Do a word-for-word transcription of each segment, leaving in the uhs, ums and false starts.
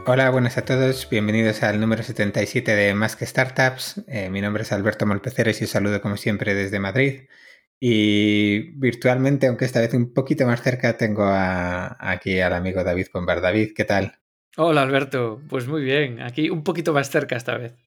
Hola, buenas a todos. Bienvenidos al número setenta y siete de Más que Startups. Eh, mi nombre es Alberto Molpeceres y os saludo como siempre desde Madrid. Y virtualmente, aunque esta vez un poquito más cerca, tengo a, aquí al amigo David Pombar. David, ¿qué tal? Hola Alberto, pues muy bien, aquí un poquito más cerca esta vez.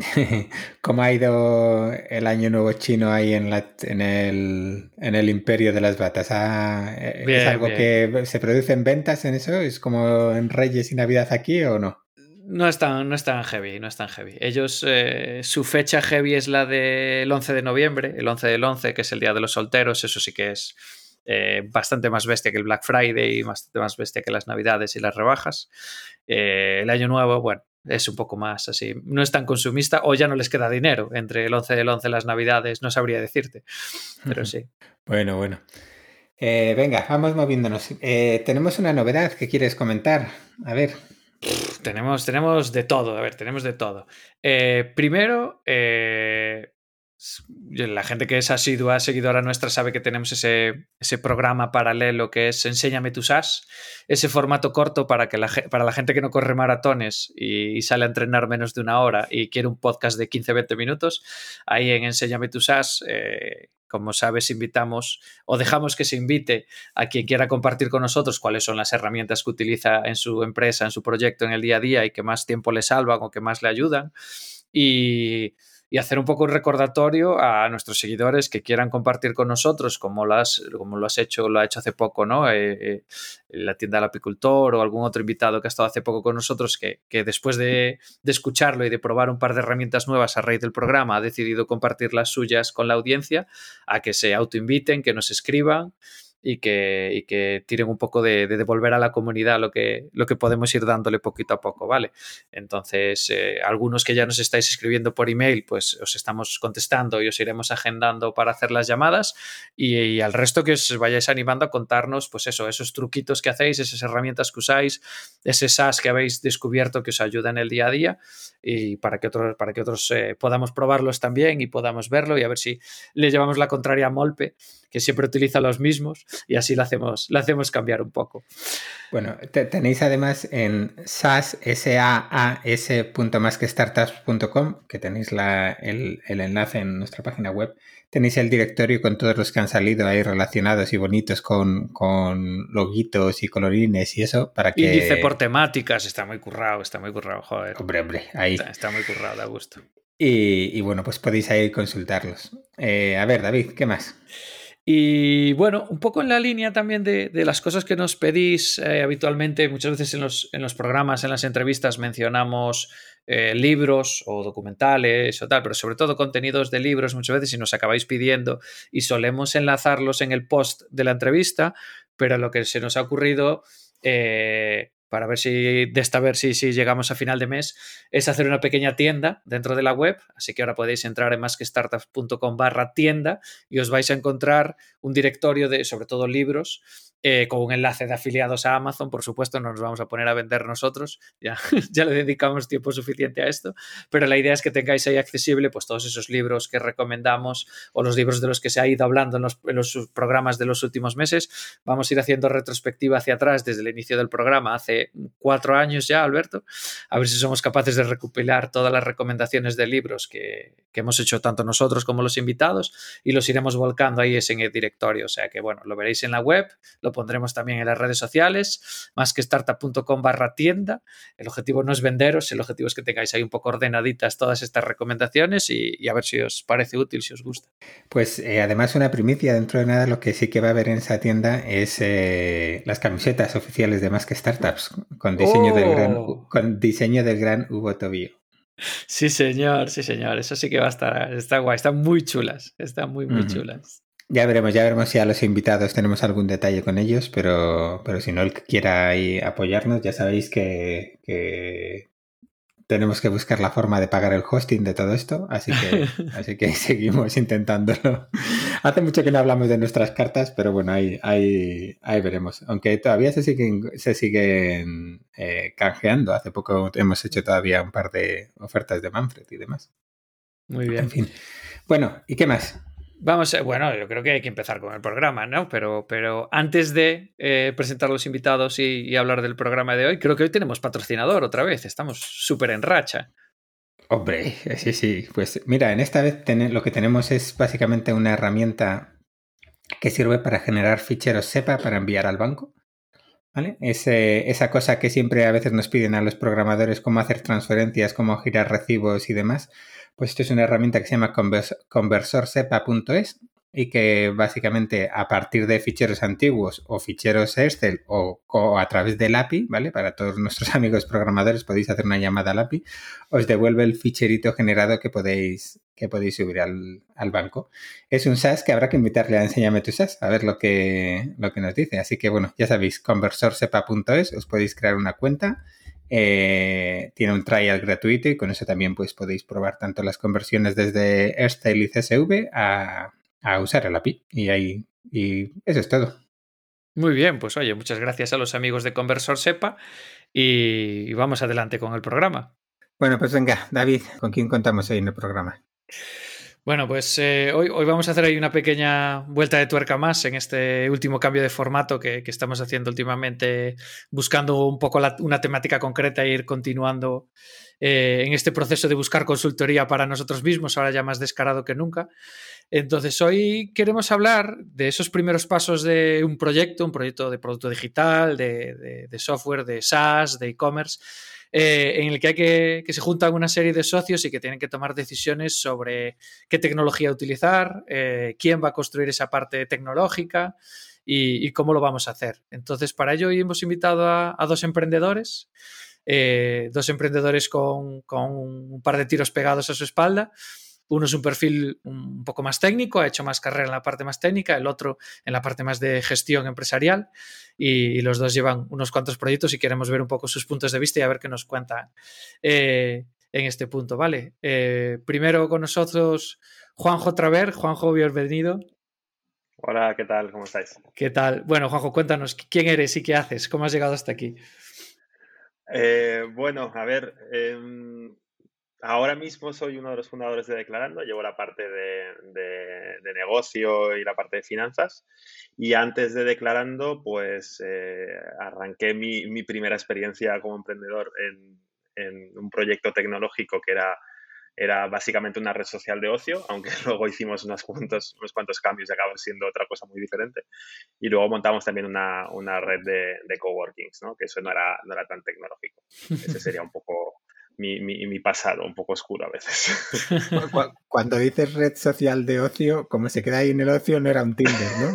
¿Cómo ha ido el año nuevo chino ahí en, la, en, el, en el imperio de las batas? Ah, ¿es Bien, algo bien. que se produce en ventas en eso? ¿Es como en Reyes y Navidad aquí o no? No es tan, no es tan heavy, no es tan heavy. Ellos, eh, su fecha heavy es la del once de noviembre, el once del once, que es el Día de los Solteros. Eso sí que es eh, bastante más bestia que el Black Friday y bastante más bestia que las Navidades y las rebajas. Eh, el Año Nuevo, bueno, es un poco más así. No es tan consumista o ya no les queda dinero entre el once del once y las Navidades, no sabría decirte, pero sí. Bueno, bueno. Eh, venga, vamos moviéndonos. Eh, tenemos una novedad que quieres comentar. A ver. Tenemos, tenemos de todo, a ver, tenemos de todo. Eh, primero, eh, la gente que es asidua, seguidora nuestra, sabe que tenemos ese, ese programa paralelo que es Enséñame tu SaaS, ese formato corto para, que la, para la gente que no corre maratones y, y sale a entrenar menos de una hora y quiere un podcast de quince a veinte minutos. Ahí en Enséñame tu SaaS, eh, como sabes, invitamos o dejamos que se invite a quien quiera compartir con nosotros cuáles son las herramientas que utiliza en su empresa, en su proyecto, en el día a día y que más tiempo le salvan o que más le ayudan. Y, y hacer un poco un recordatorio a nuestros seguidores que quieran compartir con nosotros, como lo has, como lo has hecho, lo ha hecho hace poco, ¿no? Eh, eh, la tienda del apicultor o algún otro invitado que ha estado hace poco con nosotros, que, que después de, de escucharlo y de probar un par de herramientas nuevas a raíz del programa ha decidido compartir las suyas con la audiencia, a que se autoinviten, que nos escriban y que, y que tiren un poco de, de devolver a la comunidad lo que, lo que podemos ir dándole poquito a poco, ¿vale? Entonces, eh, algunos que ya nos estáis escribiendo por email, pues os estamos contestando y os iremos agendando para hacer las llamadas, y, y al resto que os vayáis animando a contarnos, pues eso, esos truquitos que hacéis, esas herramientas que usáis, ese SaaS que habéis descubierto que os ayuda en el día a día, y para que otros, para que otros eh, podamos probarlos también y podamos verlo y a ver si le llevamos la contraria a Molpe, que siempre utiliza los mismos, y así lo hacemos, lo hacemos cambiar un poco. Bueno, te, tenéis además en SaaS, S A A S punto más que startups punto com, que tenéis la, el, el enlace en nuestra página web, tenéis el directorio con todos los que han salido ahí relacionados y bonitos con, con loguitos y colorines y eso, para que... Índice por temáticas, está muy currado, está muy currado, joder. Hombre, hombre, ahí. Está, está muy currado, da gusto. Y, y bueno, pues podéis ahí consultarlos. Eh, a ver, David, ¿qué más? Y bueno, un poco en la línea también de, de las cosas que nos pedís eh, habitualmente, muchas veces en los, en los programas, en las entrevistas mencionamos eh, libros o documentales o tal, pero sobre todo contenidos de libros muchas veces y nos acabáis pidiendo y solemos enlazarlos en el post de la entrevista, pero lo que se nos ha ocurrido... Eh, para ver si de esta ver si, si llegamos a final de mes, es hacer una pequeña tienda dentro de la web, así que ahora podéis entrar en másquestartups punto com barra tienda y os vais a encontrar un directorio de, sobre todo, libros, eh, con un enlace de afiliados a Amazon. Por supuesto, no nos vamos a poner a vender nosotros, ya, ya le dedicamos tiempo suficiente a esto, pero la idea es que tengáis ahí accesible pues todos esos libros que recomendamos o los libros de los que se ha ido hablando en los, en los programas de los últimos meses. Vamos a ir haciendo retrospectiva hacia atrás desde el inicio del programa, hace cuatro años ya, Alberto, a ver si somos capaces de recopilar todas las recomendaciones de libros que, que hemos hecho tanto nosotros como los invitados, y los iremos volcando ahí en el directorio. O sea que, bueno, lo veréis en la web, lo pondremos también en las redes sociales, más que startup punto com barra tienda. El objetivo no es venderos, el objetivo es que tengáis ahí un poco ordenaditas todas estas recomendaciones y, y a ver si os parece útil, si os gusta. Pues eh, además una primicia, dentro de nada lo que sí que va a haber en esa tienda es eh, las camisetas oficiales de Más que Startups, con diseño, oh. del, gran, con diseño del gran Hugo Tobío. Sí, señor, sí, señor. Eso sí que va a estar, está guay, están muy chulas, están muy, muy uh-huh. chulas. Ya veremos, ya veremos si a los invitados tenemos algún detalle con ellos, pero, pero si no, el que quiera ahí apoyarnos, ya sabéis que, que tenemos que buscar la forma de pagar el hosting de todo esto, así que, así que seguimos intentándolo. Hace mucho que no hablamos de nuestras cartas, pero bueno, ahí, ahí, ahí veremos. Aunque todavía se siguen, se siguen eh, canjeando. Hace poco hemos hecho todavía un par de ofertas de Manfred y demás. Muy bien. En fin. Bueno, ¿y qué más? Vamos a, bueno, yo creo que hay que empezar con el programa, ¿no? Pero, pero antes de eh, presentar a los invitados y, y hablar del programa de hoy, creo que hoy tenemos patrocinador otra vez. Estamos súper en racha. Hombre, sí, sí. Pues mira, en esta vez ten- lo que tenemos es básicamente una herramienta que sirve para generar ficheros SEPA para enviar al banco. ¿Vale? Ese, esa cosa que siempre a veces nos piden a los programadores, cómo hacer transferencias, cómo girar recibos y demás, pues esto es una herramienta que se llama convers conversorsepa punto es y que básicamente a partir de ficheros antiguos o ficheros Excel o, o a través del A P I, ¿vale? Para todos nuestros amigos programadores podéis hacer una llamada al A P I, os devuelve el ficherito generado que podéis, que podéis subir al, al banco. Es un SaaS que habrá que invitarle a Enséñame tu SaaS a ver lo que, lo que nos dice. Así que bueno, ya sabéis, conversorsepa punto es, os podéis crear una cuenta. Eh, tiene un trial gratuito y con eso también pues, podéis probar tanto las conversiones desde Excel y C S V a, a usar el A P I. Y ahí, y eso es todo. Muy bien, pues oye, muchas gracias a los amigos de Conversor SEPA y, y vamos adelante con el programa. Bueno, pues venga, David, ¿con quién contamos hoy en el programa? Bueno, pues eh, hoy, hoy vamos a hacer ahí una pequeña vuelta de tuerca más en este último cambio de formato que, que estamos haciendo últimamente, buscando un poco la, una temática concreta e ir continuando eh, en este proceso de buscar consultoría para nosotros mismos, ahora ya más descarado que nunca. Entonces, hoy queremos hablar de esos primeros pasos de un proyecto, un proyecto de producto digital, de, de, de software, de SaaS, de e-commerce, eh, en el que hay que, que se juntan una serie de socios y que tienen que tomar decisiones sobre qué tecnología utilizar, eh, quién va a construir esa parte tecnológica y, y, cómo lo vamos a hacer. Entonces, para ello hoy hemos invitado a, a dos emprendedores, eh, dos emprendedores con, con un par de tiros pegados a su espalda. Uno es un perfil un poco más técnico, ha hecho más carrera en la parte más técnica, el otro en la parte más de gestión empresarial y, y los dos llevan unos cuantos proyectos y queremos ver un poco sus puntos de vista y a ver qué nos cuentan eh, en este punto, ¿vale? Eh, primero con nosotros Juanjo Traver. Juanjo, bienvenido. Hola, ¿qué tal? ¿Cómo estáis? ¿Qué tal? Bueno, Juanjo, cuéntanos quién eres y qué haces, cómo has llegado hasta aquí. Eh, bueno, a ver, eh, ahora mismo soy uno de los fundadores de Declarando, llevo la parte de, de, de negocio y la parte de finanzas y antes de Declarando pues eh, arranqué mi, mi primera experiencia como emprendedor en, en un proyecto tecnológico que era Era básicamente una red social de ocio, aunque luego hicimos unos cuantos, unos cuantos cambios y acabó siendo otra cosa muy diferente. Y luego montamos también una, una red de, de coworkings, ¿no? Que eso no era, no era tan tecnológico. Ese sería un poco mi, mi, mi pasado, un poco oscuro a veces. Cuando dices red social de ocio, como se queda ahí en el ocio, no era un Tinder, ¿no?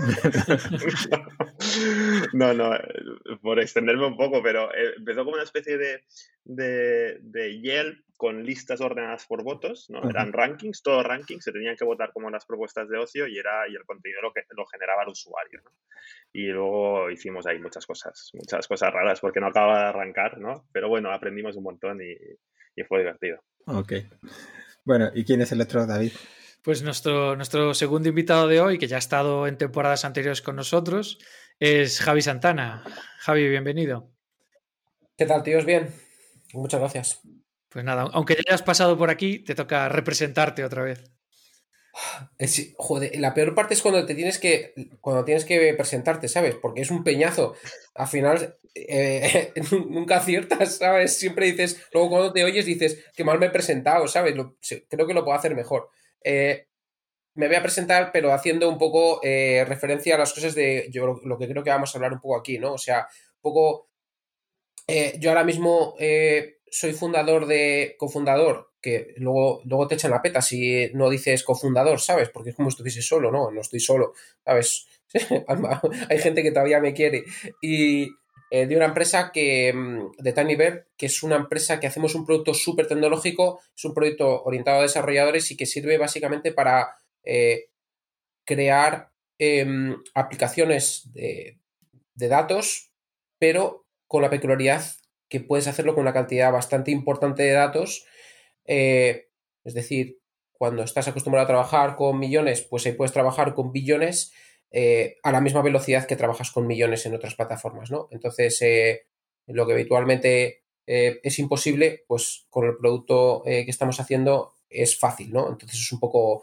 No, no, por extenderme un poco, pero empezó como una especie de, de, de Yelp con listas ordenadas por votos, ¿no? Uh-huh. Eran rankings, todos rankings, se tenían que votar como las propuestas de ocio y, era, y el contenido lo, que, lo generaba el usuario, ¿no? Y luego hicimos ahí muchas cosas, muchas cosas raras porque no acababa de arrancar, ¿no? Pero bueno, aprendimos un montón y, y fue divertido. Ok. Bueno, ¿y quién es el otro, David? Pues nuestro, nuestro segundo invitado de hoy, que ya ha estado en temporadas anteriores con nosotros, es Javi Santana. Javi, bienvenido. ¿Qué tal, tíos? Bien. Muchas gracias. Pues nada, aunque ya hayas pasado por aquí, te toca representarte otra vez. Es, joder, la peor parte es cuando te tienes que cuando tienes que presentarte, ¿sabes? Porque es un peñazo. Al final eh, nunca aciertas, ¿sabes? Siempre dices, luego cuando te oyes dices que mal me he presentado, ¿sabes? Lo, creo que lo puedo hacer mejor. Eh, me voy a presentar, pero haciendo un poco eh, referencia a las cosas de yo lo que creo que vamos a hablar un poco aquí, ¿no? O sea, un poco. Eh, yo ahora mismo eh, soy fundador de cofundador, que luego, luego te echan la peta si no dices cofundador, ¿sabes? Porque es como si estuviese solo, ¿no? No estoy solo, ¿sabes? Hay gente que todavía me quiere. Y eh, de una empresa que, de TinyBear, que es una empresa que hacemos un producto súper tecnológico, es un proyecto orientado a desarrolladores y que sirve básicamente para eh, crear eh, aplicaciones de, de datos, pero con la peculiaridad que puedes hacerlo con una cantidad bastante importante de datos. Eh, es decir, cuando estás acostumbrado a trabajar con millones, pues ahí puedes trabajar con billones eh, a la misma velocidad que trabajas con millones en otras plataformas, ¿no? Entonces, eh, lo que habitualmente eh, es imposible, pues con el producto eh, que estamos haciendo es fácil, ¿no? Entonces es un poco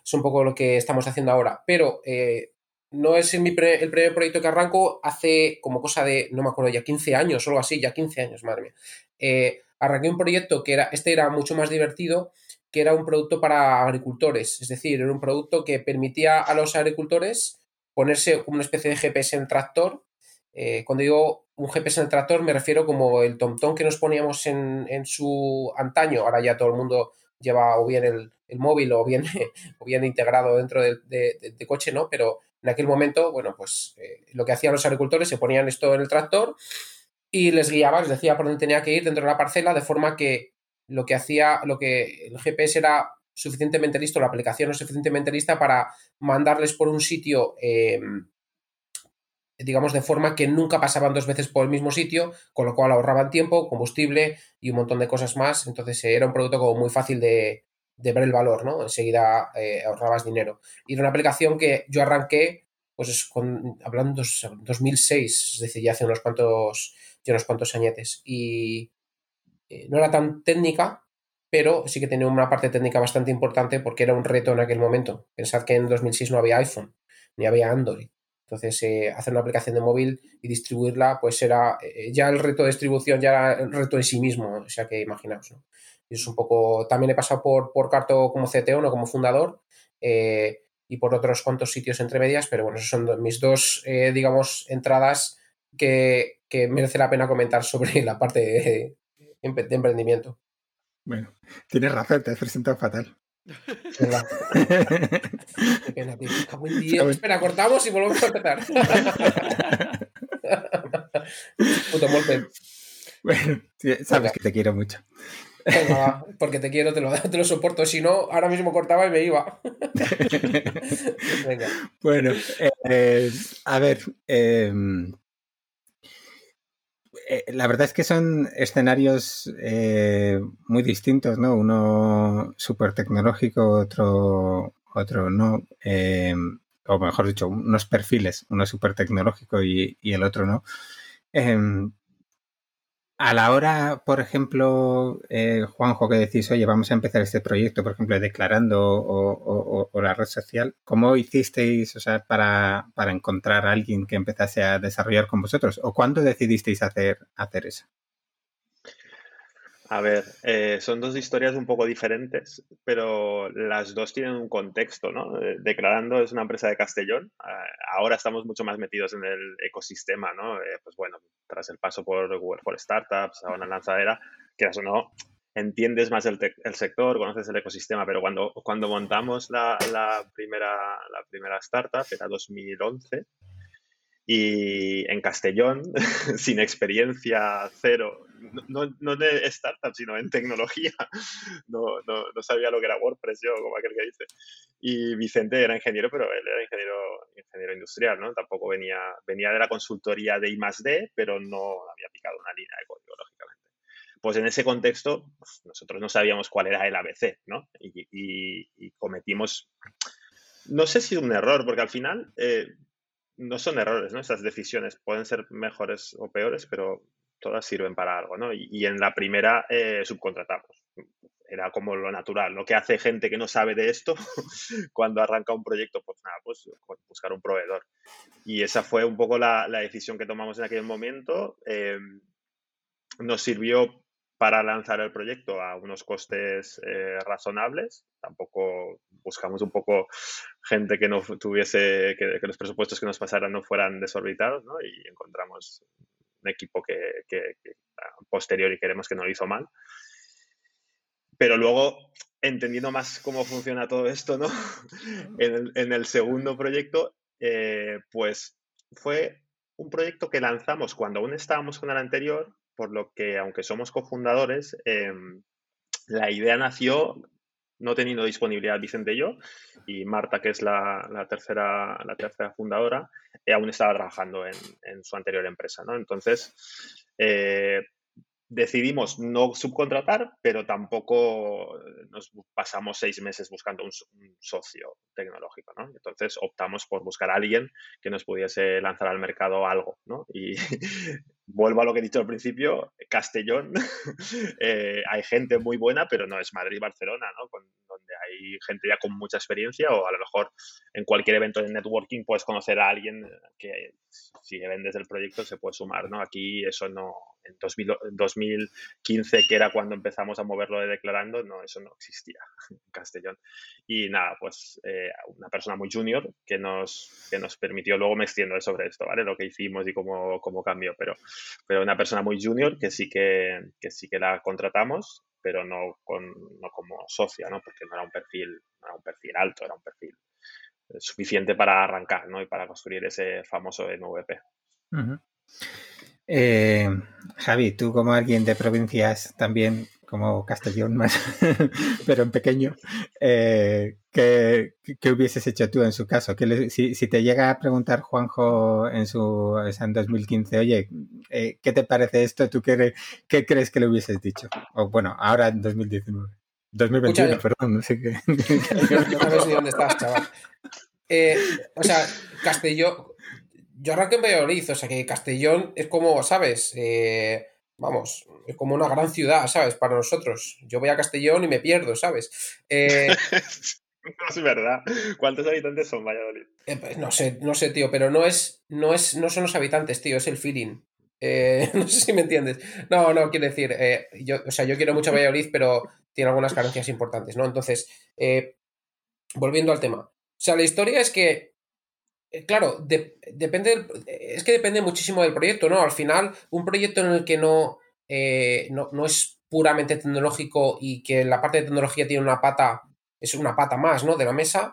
es un poco lo que estamos haciendo ahora. Pero eh, no es mi pre- el primer proyecto que arranco, hace como cosa de, no me acuerdo, ya quince años o algo así, ya quince años, madre mía. Eh, arranqué un proyecto que era, este era mucho más divertido, que era un producto para agricultores. Es decir, era un producto que permitía a los agricultores ponerse como una especie de G P S en el tractor. Eh, cuando digo un G P S en el tractor me refiero como el TomTom que nos poníamos en, en su antaño. Ahora ya todo el mundo lleva o bien el, el móvil o bien, o bien integrado dentro del de, de, de coche, ¿no? Pero en aquel momento, bueno, pues eh, lo que hacían los agricultores, se ponían esto en el tractor y les guiaba, les decía por dónde tenía que ir dentro de la parcela, de forma que lo que hacía, lo que el G P S era suficientemente listo, la aplicación no suficientemente lista para mandarles por un sitio, eh, digamos, de forma que nunca pasaban dos veces por el mismo sitio, con lo cual ahorraban tiempo, combustible y un montón de cosas más. Entonces eh, era un producto como muy fácil de, de ver el valor, ¿no? Enseguida eh, ahorrabas dinero. Y era una aplicación que yo arranqué, pues con, hablando de dos mil seis, es decir, ya hace unos cuantos, ya unos cuantos añetes. Y eh, no era tan técnica, pero sí que tenía una parte técnica bastante importante porque era un reto en aquel momento. Pensad que en dos mil seis no había iPhone, ni había Android. Entonces, eh, hacer una aplicación de móvil y distribuirla, pues era eh, ya el reto de distribución, ya era el reto en sí mismo, o sea que imaginaos, ¿no? Y eso es un poco. También he pasado por, por Carto como C T O, no como fundador, eh, y por otros cuantos sitios entre medias, pero bueno, esas son mis dos, eh, digamos, entradas que, que merece la pena comentar sobre la parte de, de emprendimiento. Bueno, tienes razón, te has presentado fatal. ¿Verdad? Qué pena, tío. Buen día. Espera, cortamos y volvemos a empezar. Puto molpe. Bueno, sabes Venga. Que te quiero mucho. Venga, va, porque te quiero, te lo, te lo soporto. Si no, ahora mismo cortaba y me iba. Venga. Bueno, eh, a ver. Eh, eh, la verdad es que son escenarios eh, muy distintos, ¿no? Uno súper tecnológico, otro, otro no. Eh, o mejor dicho, unos perfiles, uno súper tecnológico y, y el otro no. Eh, A la hora, por ejemplo, eh, Juanjo, que decís, oye, vamos a empezar este proyecto, por ejemplo, declarando o, o, o la red social, ¿cómo hicisteis, o sea, para, para encontrar a alguien que empezase a desarrollar con vosotros? ¿O cuándo decidisteis hacer, hacer eso? A ver, eh, son dos historias un poco diferentes, pero las dos tienen un contexto, ¿no? Declarando es una empresa de Castellón. Ahora estamos mucho más metidos en el ecosistema, ¿no? Eh, pues bueno, tras el paso por Google for Startups, a una lanzadera, quieras o no, entiendes más el, el sector, conoces el ecosistema, pero cuando, cuando montamos la, la, primera, la primera startup, era dos mil once, y en Castellón, sin experiencia, cero, no, no de startup, sino en tecnología, no, no, no sabía lo que era WordPress yo, como aquel que dice. Y Vicente era ingeniero, pero él era ingeniero, ingeniero industrial, ¿no? Tampoco venía, venía de la consultoría de I más D, pero no había picado una línea de código, lógicamente. Pues en ese contexto, nosotros no sabíamos cuál era el A B C, ¿no? Y, y, y cometimos, no sé si un error, porque al final... Eh, no son errores, ¿no? Esas decisiones pueden ser mejores o peores, pero todas sirven para algo, ¿no? Y, y en la primera eh, subcontratamos. Era como lo natural, lo que hace gente que no sabe de esto cuando arranca un proyecto, pues nada, pues buscar un proveedor. Y esa fue un poco la, la decisión que tomamos en aquel momento. Eh, nos sirvió para lanzar el proyecto a unos costes eh, razonables. Tampoco buscamos un poco gente que no tuviese, que, que los presupuestos que nos pasaran no fueran desorbitados, ¿no? Y encontramos un equipo que, que, que a posteriori queremos que no lo hizo mal. Pero luego, entendiendo más cómo funciona todo esto, ¿no? en, el, en el segundo proyecto, eh, pues fue un proyecto que lanzamos cuando aún estábamos con el anterior, por lo que, aunque somos cofundadores, eh, la idea nació no teniendo disponibilidad Vicente y yo, y Marta, que es la, la, tercera, la tercera fundadora, eh, aún estaba trabajando en, en su anterior empresa, ¿no? Entonces, eh, decidimos no subcontratar, pero tampoco nos pasamos seis meses buscando un, un socio tecnológico, ¿no? Entonces optamos por buscar a alguien que nos pudiese lanzar al mercado algo, ¿no? Y vuelvo a lo que he dicho al principio, Castellón, eh, hay gente muy buena, pero no es Madrid y Barcelona, ¿no? Con, donde hay hay gente ya con mucha experiencia, o a lo mejor en cualquier evento de networking puedes conocer a alguien que, si vendes el proyecto, se puede sumar, ¿no? Aquí eso no, en dos mil quince, que era cuando empezamos a moverlo de Declarando, no, eso no existía en Castellón. Y nada, pues eh, una persona muy junior que nos, que nos permitió, luego me extiendo sobre esto, ¿vale? Lo que hicimos y cómo, cómo cambió, pero, pero una persona muy junior que sí que, que sí que la contratamos, pero no, con, no como socia, ¿no? Porque no era un perfil, no era un perfil alto, era un perfil suficiente para arrancar, ¿no? Y para construir ese famoso M V P. Uh-huh. Eh, Javi, tú como alguien de provincias también, como Castellón más, pero en pequeño, eh, ¿qué, ¿qué hubieses hecho tú en su caso? ¿Qué le, si, si te llega a preguntar Juanjo en su en dos mil quince, oye, eh, ¿qué te parece esto? ¿Tú qué, qué crees que le hubieses dicho? O bueno, ahora en dos mil diecinueve. dos mil veintiuno, Escucha, perdón, no sé qué. No sabes ni dónde estás, chaval. Eh, o sea, Castellón... Yo arranqué en Valladolid, o sea que Castellón es como, ¿sabes? Eh, vamos, es como una gran ciudad, ¿sabes? Para nosotros. Yo voy a Castellón y me pierdo, ¿sabes? Eh, no es verdad. ¿Cuántos habitantes son Valladolid? Eh, pues no sé, no sé, tío, pero no es, no es, no son los habitantes, tío, es el feeling. Eh, no sé si me entiendes. No, no, quiero decir, eh, yo, o sea, yo quiero mucho a Valladolid, pero tiene algunas carencias importantes, ¿no? Entonces, eh, volviendo al tema. O sea, la historia es que claro, de, depende, es que depende muchísimo del proyecto, ¿no? Al final, un proyecto en el que no, eh, no, no es puramente tecnológico y que la parte de tecnología tiene una pata, es una pata más, ¿no? De la mesa,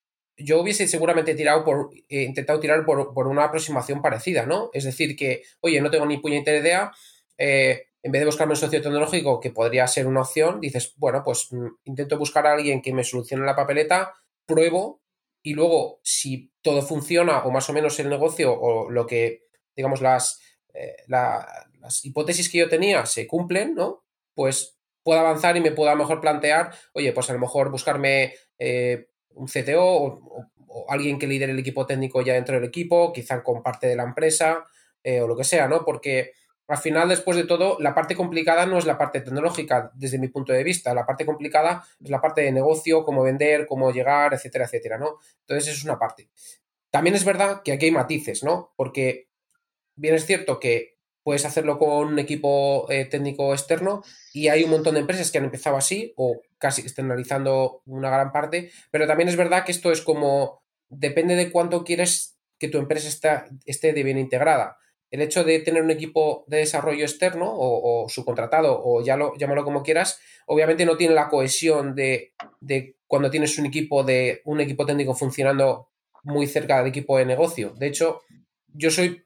yo hubiese seguramente tirado por, eh, intentado tirar por, por una aproximación parecida, ¿no? Es decir, que, oye, no tengo ni puñetera idea, eh, en vez de buscarme un socio tecnológico, que podría ser una opción, dices, bueno, pues mm, intento buscar a alguien que me solucione la papeleta, pruebo, y luego, si todo funciona, o más o menos el negocio, o lo que, digamos, las, eh, la, las hipótesis que yo tenía se cumplen, ¿no? Pues puedo avanzar y me puedo a lo mejor plantear, oye, pues a lo mejor buscarme eh, un C T O o, o, o alguien que lidere el equipo técnico ya dentro del equipo, quizá con parte de la empresa, eh, o lo que sea, ¿no? Porque al final, después de todo, la parte complicada no es la parte tecnológica, desde mi punto de vista. La parte complicada es la parte de negocio, cómo vender, cómo llegar, etcétera, etcétera, ¿no? Entonces, eso es una parte. También es verdad que aquí hay matices, ¿no? Porque bien es cierto que puedes hacerlo con un equipo eh, técnico externo y hay un montón de empresas que han empezado así o casi externalizando una gran parte, pero también es verdad que esto es como, depende de cuánto quieres que tu empresa está, esté de bien integrada. El hecho de tener un equipo de desarrollo externo o, o subcontratado o ya lo, llámalo como quieras, obviamente no tiene la cohesión de, de cuando tienes un equipo de un equipo técnico funcionando muy cerca del equipo de negocio. De hecho, yo soy,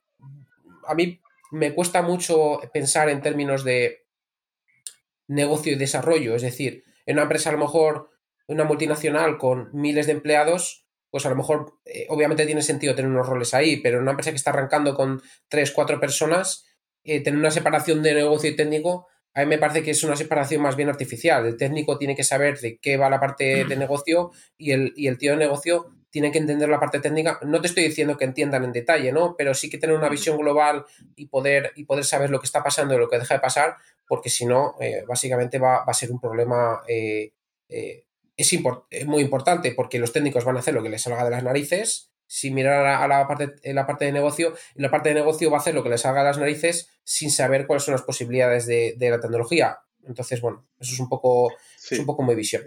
a mí me cuesta mucho pensar en términos de negocio y desarrollo, es decir, en una empresa a lo mejor, una multinacional con miles de empleados, pues a lo mejor eh, obviamente tiene sentido tener unos roles ahí, pero en una empresa que está arrancando con tres, cuatro personas, eh, tener una separación de negocio y técnico, a mí me parece que es una separación más bien artificial. El técnico tiene que saber de qué va la parte de negocio y el, y el tío de negocio tiene que entender la parte técnica. No te estoy diciendo que entiendan en detalle, ¿no? Pero sí que tener una visión global y poder, y poder saber lo que está pasando y lo que deja de pasar, porque si no, eh, básicamente va, va a ser un problema... Eh, eh, es, import es muy importante porque los técnicos van a hacer lo que les salga de las narices sin mirar a la, a la, parte, a la parte de negocio, y la parte de negocio va a hacer lo que les salga de las narices sin saber cuáles son las posibilidades de, de la tecnología. Entonces, bueno, eso es un poco, sí. es un poco mi visión.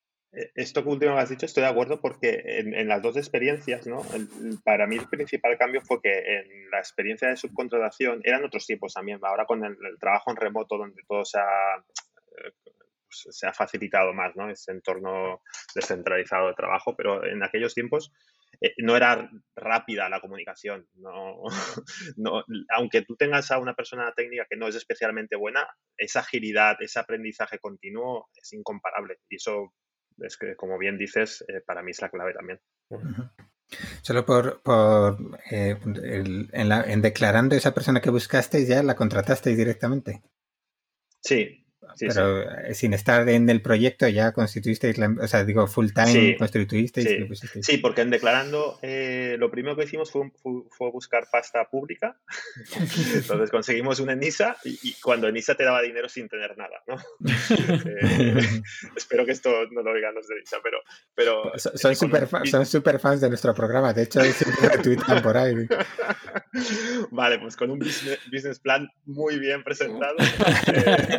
Esto que último que has dicho estoy de acuerdo porque en, en las dos experiencias, ¿no? El, para mí el principal cambio fue que en la experiencia de subcontratación eran otros tiempos también. Ahora con el, el trabajo en remoto donde todo se ha, pues, se ha facilitado más, ¿no? Ese entorno descentralizado de trabajo, pero en aquellos tiempos eh, no era rápida la comunicación. No, no, aunque tú tengas a una persona técnica que no es especialmente buena, esa agilidad, ese aprendizaje continuo es incomparable y eso es que, como bien dices, eh, para mí es la clave también. Uh-huh. Solo por, por eh, el, en, la, en declarando esa persona que buscasteis ya la contratasteis directamente. Sí. Sí, pero sí. sin estar en el proyecto ya constituisteis, la, o sea, digo, full time Sí, constituisteis sí. y lo pusisteis. Sí, porque en Declarando eh, lo primero que hicimos fue, fue, fue buscar pasta pública. Entonces conseguimos una Enisa y, y cuando Enisa te daba dinero sin tener nada, ¿no? eh, espero que esto no lo oigan los de Enisa, pero... pero son, son, super, un... son super fans de nuestro programa, de hecho siempre retuitan por ahí. Vale, pues con un business, business plan muy bien presentado, eh,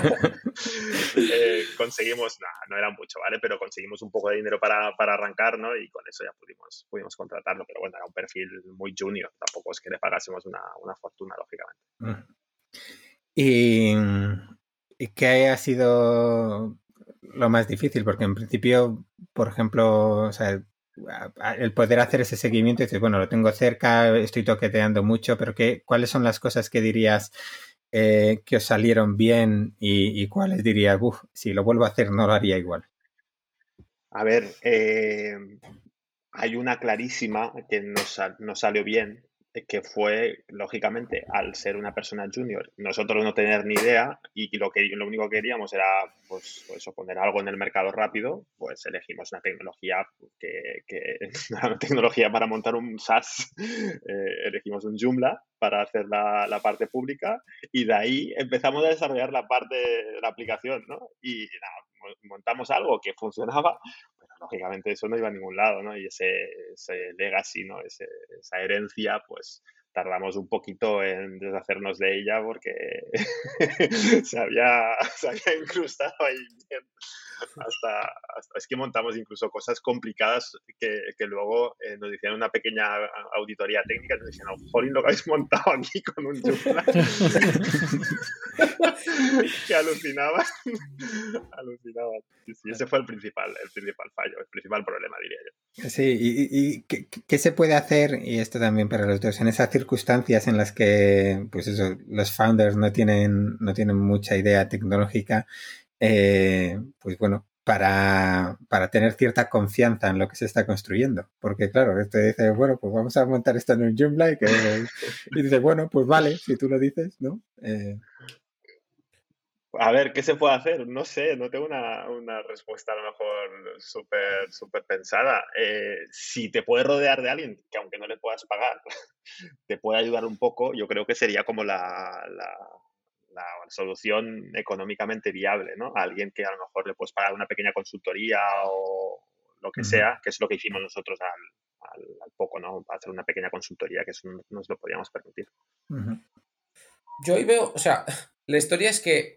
eh, conseguimos, no, no era mucho, ¿vale? Pero conseguimos un poco de dinero para, para arrancar, ¿no? Y con eso ya pudimos, pudimos contratarlo, pero bueno, era un perfil muy junior, tampoco es que le pagásemos una, una fortuna, lógicamente. ¿Y, ¿Y qué ha sido lo más difícil? Porque en principio, por ejemplo, o sea, el poder hacer ese seguimiento y decir, bueno, lo tengo cerca, estoy toqueteando mucho, pero ¿qué, ¿cuáles son las cosas que dirías eh, que os salieron bien y, y cuáles dirías, uff, si lo vuelvo a hacer no lo haría igual? A ver, eh, hay una clarísima que nos, nos salió bien, que fue, lógicamente, al ser una persona junior, nosotros no tener ni idea y lo, que, lo único que queríamos era pues, pues, poner algo en el mercado rápido, pues elegimos una tecnología que, que una tecnología para montar un SaaS, eh, elegimos un Joomla para hacer la, la parte pública y de ahí empezamos a desarrollar la parte de la aplicación, ¿no? Y nada, montamos algo que funcionaba, pero lógicamente eso no iba a ningún lado, ¿no? Y ese, ese legacy, ¿no? Ese, esa herencia, pues tardamos un poquito en deshacernos de ella porque se, había, se había incrustado ahí bien. Hasta, hasta, es que montamos incluso cosas complicadas que, que luego eh, nos hicieron una pequeña auditoría técnica y nos decían, oh, jolín, lo que habéis montado aquí con un Joomla. Que alucinaban. alucinaban. Sí, sí, ese fue el principal, el principal fallo, el principal problema, diría yo. Sí, y, y ¿qué, ¿qué se puede hacer? Y esto también para los dos, en esas circunstancias en las que, pues eso, los founders no tienen, no tienen mucha idea tecnológica, eh, pues bueno, para, para tener cierta confianza en lo que se está construyendo. Porque claro, te dice, bueno, pues vamos a montar esto en un Joomla y, que, y dices, bueno, pues vale, si tú lo dices, ¿no? Eh... A ver, ¿qué se puede hacer? No sé, no tengo una, una respuesta a lo mejor súper súper pensada. Eh, si te puedes rodear de alguien que aunque no le puedas pagar, te puede ayudar un poco, yo creo que sería como la, la, la solución económicamente viable, ¿no? A alguien que a lo mejor le puedes pagar una pequeña consultoría o lo que uh-huh. sea, que es lo que hicimos nosotros al, al, al poco, ¿no? Hacer una pequeña consultoría, que eso nos lo podíamos permitir. Uh-huh. Yo ahí veo, o sea, la historia es que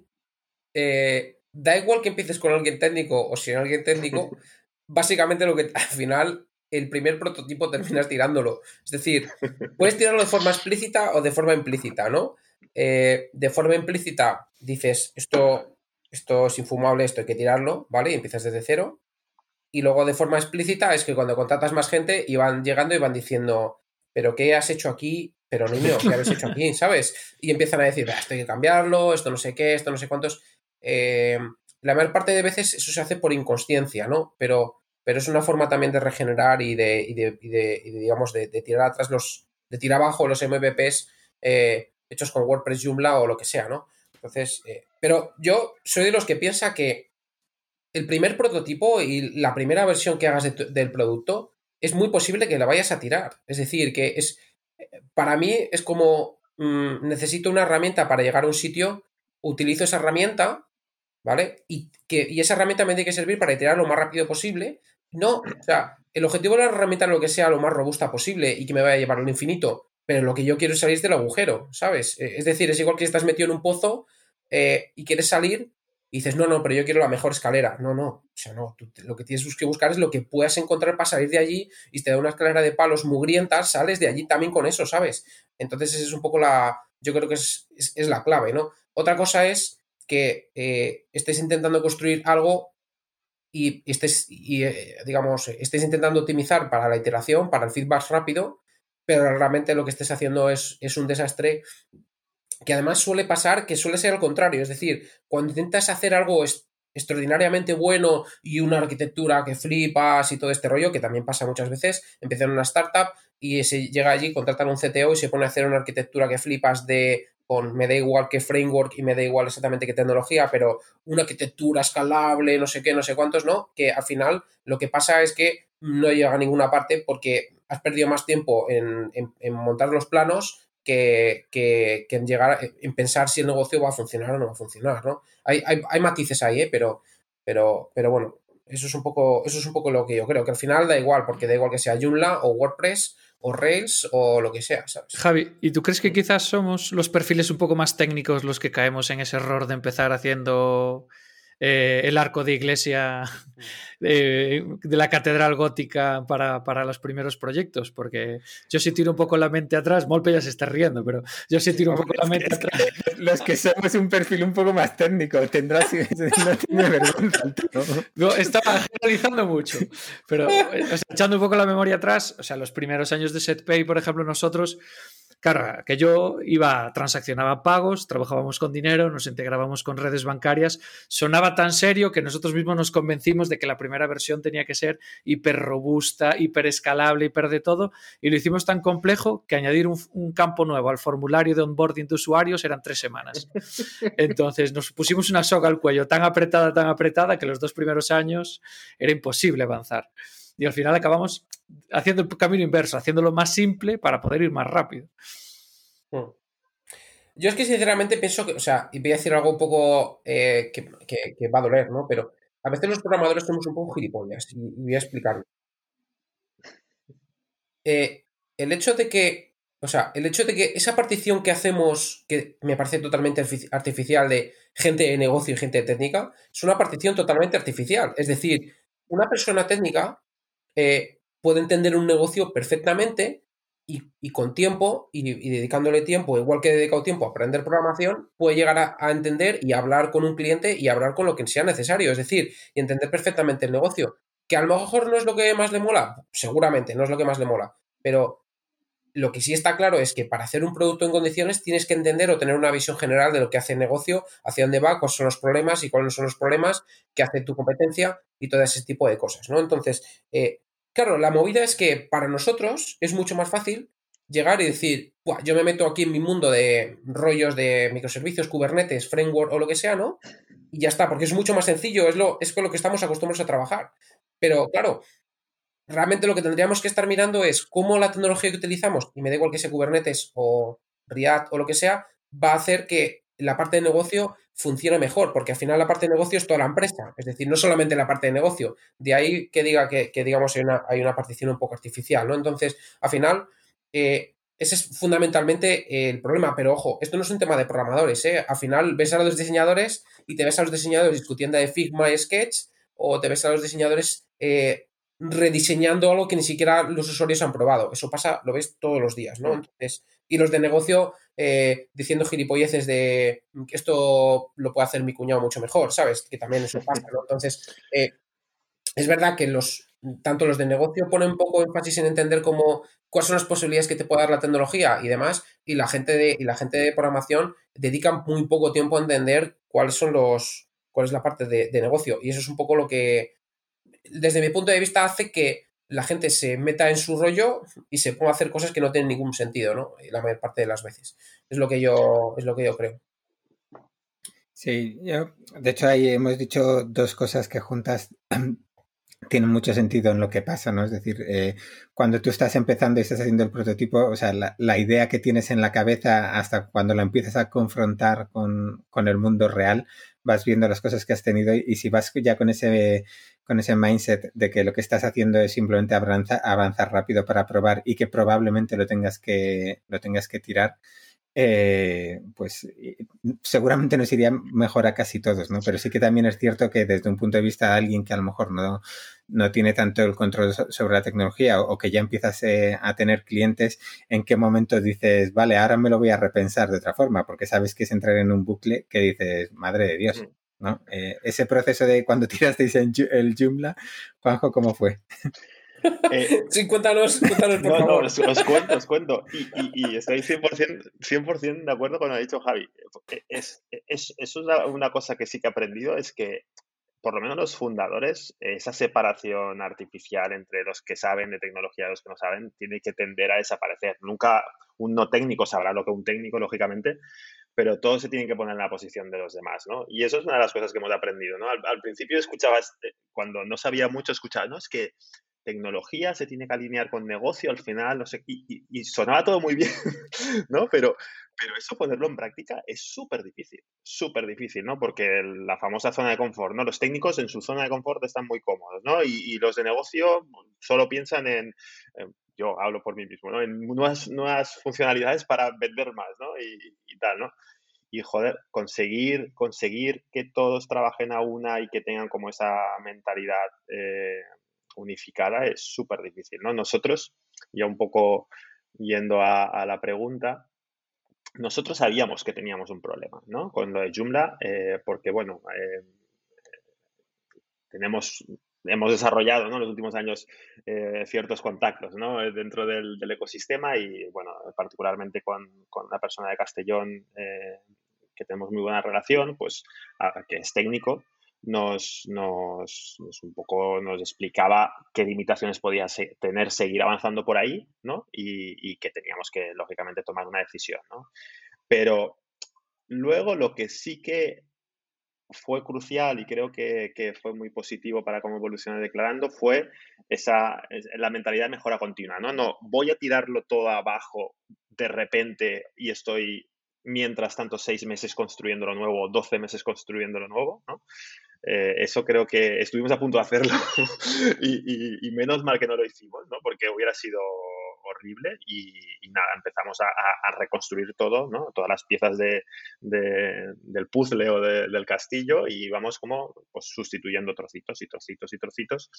eh, da igual que empieces con alguien técnico o sin alguien técnico, básicamente lo que al final el primer prototipo terminas tirándolo. Es decir, puedes tirarlo de forma explícita o de forma implícita, ¿no? Eh, de forma implícita dices, esto, esto es infumable, esto hay que tirarlo, ¿vale? Y empiezas desde cero. Y luego de forma explícita es que cuando contratas más gente y van llegando y van diciendo, ¿pero qué has hecho aquí? Pero niño, ¿qué habéis hecho aquí? ¿Sabes? Y empiezan a decir, esto hay que cambiarlo, esto no sé qué, esto no sé cuántos. Eh, la mayor parte de veces eso se hace por inconsciencia, ¿no? Pero, pero es una forma también de regenerar y de, y de, y de, y de digamos, de, de tirar atrás los, de tirar abajo los M V Ps eh, hechos con WordPress Joomla o lo que sea, ¿no? Entonces, eh, pero yo soy de los que piensa que el primer prototipo y la primera versión que hagas de tu, del producto es muy posible que la vayas a tirar. Es decir, que es para mí es como mmm, necesito una herramienta para llegar a un sitio, utilizo esa herramienta, ¿vale? Y, que, y esa herramienta me tiene que servir para iterar lo más rápido posible. No, o sea, el objetivo de la herramienta es lo que sea lo más robusta posible y que me vaya a llevar al infinito, pero lo que yo quiero es salir del agujero, ¿sabes? Es decir, es igual que estás metido en un pozo eh, y quieres salir y dices, no, no, pero yo quiero la mejor escalera. No, no, o sea, no, tú, lo que tienes que buscar es lo que puedas encontrar para salir de allí y si te da una escalera de palos mugrientas, sales de allí también con eso, ¿sabes? Entonces esa es un poco la, yo creo que es, es, es la clave, ¿no? Otra cosa es que eh, estés intentando construir algo y estés, y, eh, digamos, estés intentando optimizar para la iteración, para el feedback rápido, pero realmente lo que estés haciendo es, es un desastre que además suele pasar que suele ser al contrario, es decir, cuando intentas hacer algo est- extraordinariamente bueno y una arquitectura que flipas y todo este rollo, que también pasa muchas veces, empiezan una startup y se llega allí, contratan un C T O y se pone a hacer una arquitectura que flipas de con me da igual qué framework y me da igual exactamente qué tecnología, pero una arquitectura escalable, no sé qué, no sé cuántos, ¿no? Que al final lo que pasa es que no llega a ninguna parte porque has perdido más tiempo en, en, en montar los planos que, que, que en llegar, en pensar si el negocio va a funcionar o no va a funcionar, ¿no? Hay, hay, hay matices ahí, ¿eh? Pero, pero, pero bueno, eso es un poco, eso es un poco lo que yo creo, que al final da igual, porque da igual que sea Joomla o WordPress o Rails o lo que sea, ¿sabes? Javi, ¿y tú crees que quizás somos los perfiles un poco más técnicos los que caemos en ese error de empezar haciendo eh, el arco de iglesia eh, de la catedral gótica para, para los primeros proyectos? Porque yo sí tiro un poco la mente atrás, Molpe ya se está riendo, pero yo sí tiro un poco la mente atrás. Los que somos un perfil un poco más técnico, tendrás, no tiene vergüenza. ¿No? No, estaba generalizando mucho, pero o sea, echando un poco la memoria atrás, o sea, los primeros años de SetPay, por ejemplo, nosotros, claro, que yo iba, transaccionaba pagos, trabajábamos con dinero, nos integrábamos con redes bancarias, sonaba tan serio que nosotros mismos nos convencimos de que la primera versión tenía que ser hiper robusta, hiper escalable, hiper de todo, y lo hicimos tan complejo que añadir un, un campo nuevo al formulario de onboarding de usuarios eran tres semanas. Entonces nos pusimos una soga al cuello tan apretada, tan apretada, que los dos primeros años era imposible avanzar. Y al final acabamos haciendo el camino inverso, haciéndolo más simple para poder ir más rápido. Yo es que sinceramente pienso que, o sea, y voy a decir algo un poco eh, que, que, que va a doler, ¿no? Pero a veces los programadores somos un poco gilipollas y, y voy a explicarlo. Eh, el hecho de que, o sea, el hecho de que esa partición que hacemos, que me parece totalmente artificial de gente de negocio y gente de técnica, es una partición totalmente artificial. Es decir, una persona técnica eh, puede entender un negocio perfectamente y, y con tiempo y, y dedicándole tiempo, igual que he dedicado tiempo a aprender programación, puede llegar a, a entender y hablar con un cliente y hablar con lo que sea necesario. Es decir, y entender perfectamente el negocio. ¿Que a lo mejor no es lo que más le mola? Seguramente, no es lo que más le mola. Pero lo que sí está claro es que para hacer un producto en condiciones tienes que entender o tener una visión general de lo que hace el negocio, hacia dónde va, cuáles son los problemas y cuáles son los problemas que hace tu competencia y todo ese tipo de cosas, ¿no? Entonces, eh, claro, la movida es que para nosotros es mucho más fácil llegar y decir, Buah, yo me meto aquí en mi mundo de rollos de microservicios, Kubernetes, framework o lo que sea, ¿no? Y ya está, porque es mucho más sencillo, es, lo, es con lo que estamos acostumbrados a trabajar. Pero claro, realmente lo que tendríamos que estar mirando es cómo la tecnología que utilizamos, y me da igual que sea Kubernetes o React o lo que sea, va a hacer que la parte de negocio funcione mejor, porque al final la parte de negocio es toda la empresa, es decir, no solamente la parte de negocio. De ahí que diga que, que digamos, hay una, hay una partición un poco artificial, ¿no? Entonces, al final, eh, ese es fundamentalmente el problema, pero ojo, esto no es un tema de programadores, ¿eh? Al final ves a los diseñadores y te ves a los diseñadores discutiendo de Figma y Sketch, o te ves a los diseñadores eh, rediseñando algo que ni siquiera los usuarios han probado. Eso pasa, lo ves todos los días, ¿no? Entonces, y los de negocio eh, diciendo gilipolleces de que esto lo puede hacer mi cuñado mucho mejor, ¿sabes? Que también eso pasa, ¿no? Entonces, eh, es verdad que los tanto los de negocio ponen un poco énfasis en entender cómo, cuáles son las posibilidades que te puede dar la tecnología y demás, y la gente de, y la gente de programación dedican muy poco tiempo a entender cuáles son los, cuál es la parte de, de negocio. Y eso es un poco lo que, desde mi punto de vista, hace que la gente se meta en su rollo y se ponga a hacer cosas que no tienen ningún sentido, ¿no? La mayor parte de las veces. Es lo que yo, es lo que yo creo. Sí, yo, de hecho ahí hemos dicho dos cosas que juntas tienen mucho sentido en lo que pasa, ¿no? Es decir, eh, cuando tú estás empezando y estás haciendo el prototipo, o sea, la, la idea que tienes en la cabeza hasta cuando la empiezas a confrontar con, con el mundo real, vas viendo las cosas que has tenido y, y si vas ya con ese, con ese mindset de que lo que estás haciendo es simplemente avanzar, avanzar rápido para probar y que probablemente lo tengas que, lo tengas que tirar, Eh, pues seguramente nos iría mejor a casi todos, ¿no? Pero sí que también es cierto que desde un punto de vista de alguien que a lo mejor no, no tiene tanto el control sobre la tecnología o, o que ya empiezas eh, a tener clientes, ¿en qué momento dices, vale, ahora me lo voy a repensar de otra forma? Porque sabes que es entrar en un bucle que dices, madre de Dios, ¿no? Eh, ese proceso de cuando tirasteis en el Joomla, Juanjo, ¿cómo fue? Eh, sí, cuéntanos, cuéntanos por no, favor. No, os, os cuento, os cuento. Y, y, y estoy cien por ciento, cien por ciento de acuerdo con lo que ha dicho Javi. Es, es, es una, una cosa que sí que he aprendido, es que por lo menos los fundadores, esa separación artificial entre los que saben de tecnología y los que no saben, tiene que tender a desaparecer. Nunca un no técnico sabrá lo que un técnico, lógicamente, pero todos se tienen que poner en la posición de los demás, ¿no? Y eso es una de las cosas que hemos aprendido, ¿no? Al, al principio escuchabas, cuando no sabía mucho, escuchaba, no, es que tecnología se tiene que alinear con negocio al final, no sé, y, y, y sonaba todo muy bien, ¿no? Pero, pero eso ponerlo en práctica es súper difícil, súper difícil, ¿no? Porque la famosa zona de confort, ¿no? Los técnicos en su zona de confort están muy cómodos, ¿no? Y, y los de negocio solo piensan en, en, yo hablo por mí mismo, ¿no? En nuevas, nuevas funcionalidades para vender más, ¿no? Y, y tal, ¿no? Y, joder, conseguir, conseguir que todos trabajen a una y que tengan como esa mentalidad eh, unificada es súper difícil, ¿no? Nosotros, ya un poco yendo a, a la pregunta, nosotros sabíamos que teníamos un problema, ¿no? Con lo de Joomla, eh, porque, bueno, eh, tenemos, hemos desarrollado, ¿no?, en los últimos años eh, ciertos contactos, ¿no?, dentro del, del ecosistema y, bueno, particularmente con, con la persona de Castellón, eh, que tenemos muy buena relación, pues, a, que es técnico, nos, nos, nos un poco nos explicaba qué limitaciones podía se, tener seguir avanzando por ahí, ¿no? Y, y que teníamos que, lógicamente, tomar una decisión, ¿no? Pero luego lo que sí que fue crucial y creo que, que fue muy positivo para cómo evolucionó Declarando fue esa, la mentalidad de mejora continua, ¿no? No, voy a tirarlo todo abajo de repente y estoy, mientras tanto, seis meses construyendo lo nuevo, doce meses construyendo lo nuevo, ¿no? Eh, eso creo que estuvimos a punto de hacerlo y, y, y menos mal que no lo hicimos, ¿no? Porque hubiera sido horrible y, y nada, empezamos a, a, reconstruir todo, ¿no? Todas las piezas de, de, del puzzle o de, del castillo y vamos como pues, sustituyendo trocitos y trocitos y trocitos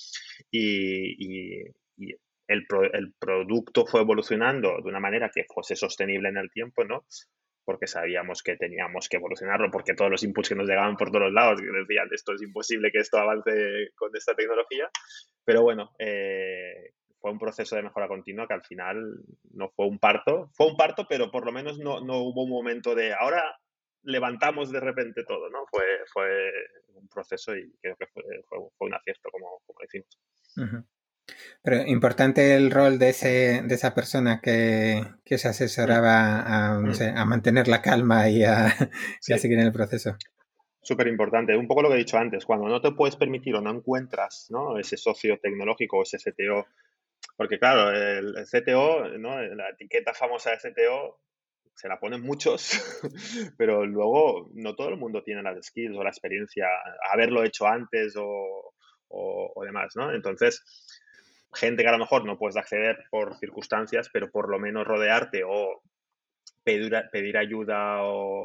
y, y, y el, pro, el producto fue evolucionando de una manera que fuese sostenible en el tiempo, ¿no? Porque sabíamos que teníamos que evolucionarlo, porque todos los inputs que nos llegaban por todos los lados, que decían, esto es imposible que esto avance con esta tecnología, pero bueno, eh, fue un proceso de mejora continua que al final no fue un parto, fue un parto, pero por lo menos no, no hubo un momento de, ahora levantamos de repente todo, ¿no? Fue, fue un proceso y creo que fue, fue, fue un acierto, como, como decimos. Uh-huh. Pero importante el rol de, ese, de esa persona que, que se asesoraba a, no sé, a mantener la calma y a, sí. y a seguir en el proceso. Súper importante. Un poco lo que he dicho antes, cuando no te puedes permitir o no encuentras, ¿no?, ese socio tecnológico o ese C T O, porque claro, el, el C T O, ¿no?, la etiqueta famosa de C T O se la ponen muchos, pero luego no todo el mundo tiene las skills o la experiencia, haberlo hecho antes o, o, o demás, ¿no? Entonces, gente que a lo mejor no puedes acceder por circunstancias, pero por lo menos rodearte o pedir, pedir ayuda o,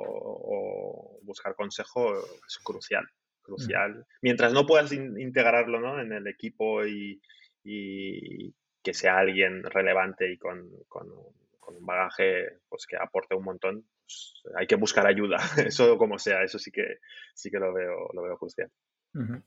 o buscar consejo es crucial, crucial. Mientras no puedas in, integrarlo, ¿no?, en el equipo y, y que sea alguien relevante y con, con, con un bagaje pues, que aporte un montón, pues, hay que buscar ayuda, eso como sea, eso sí que, sí que lo veo, lo veo crucial. Uh-huh.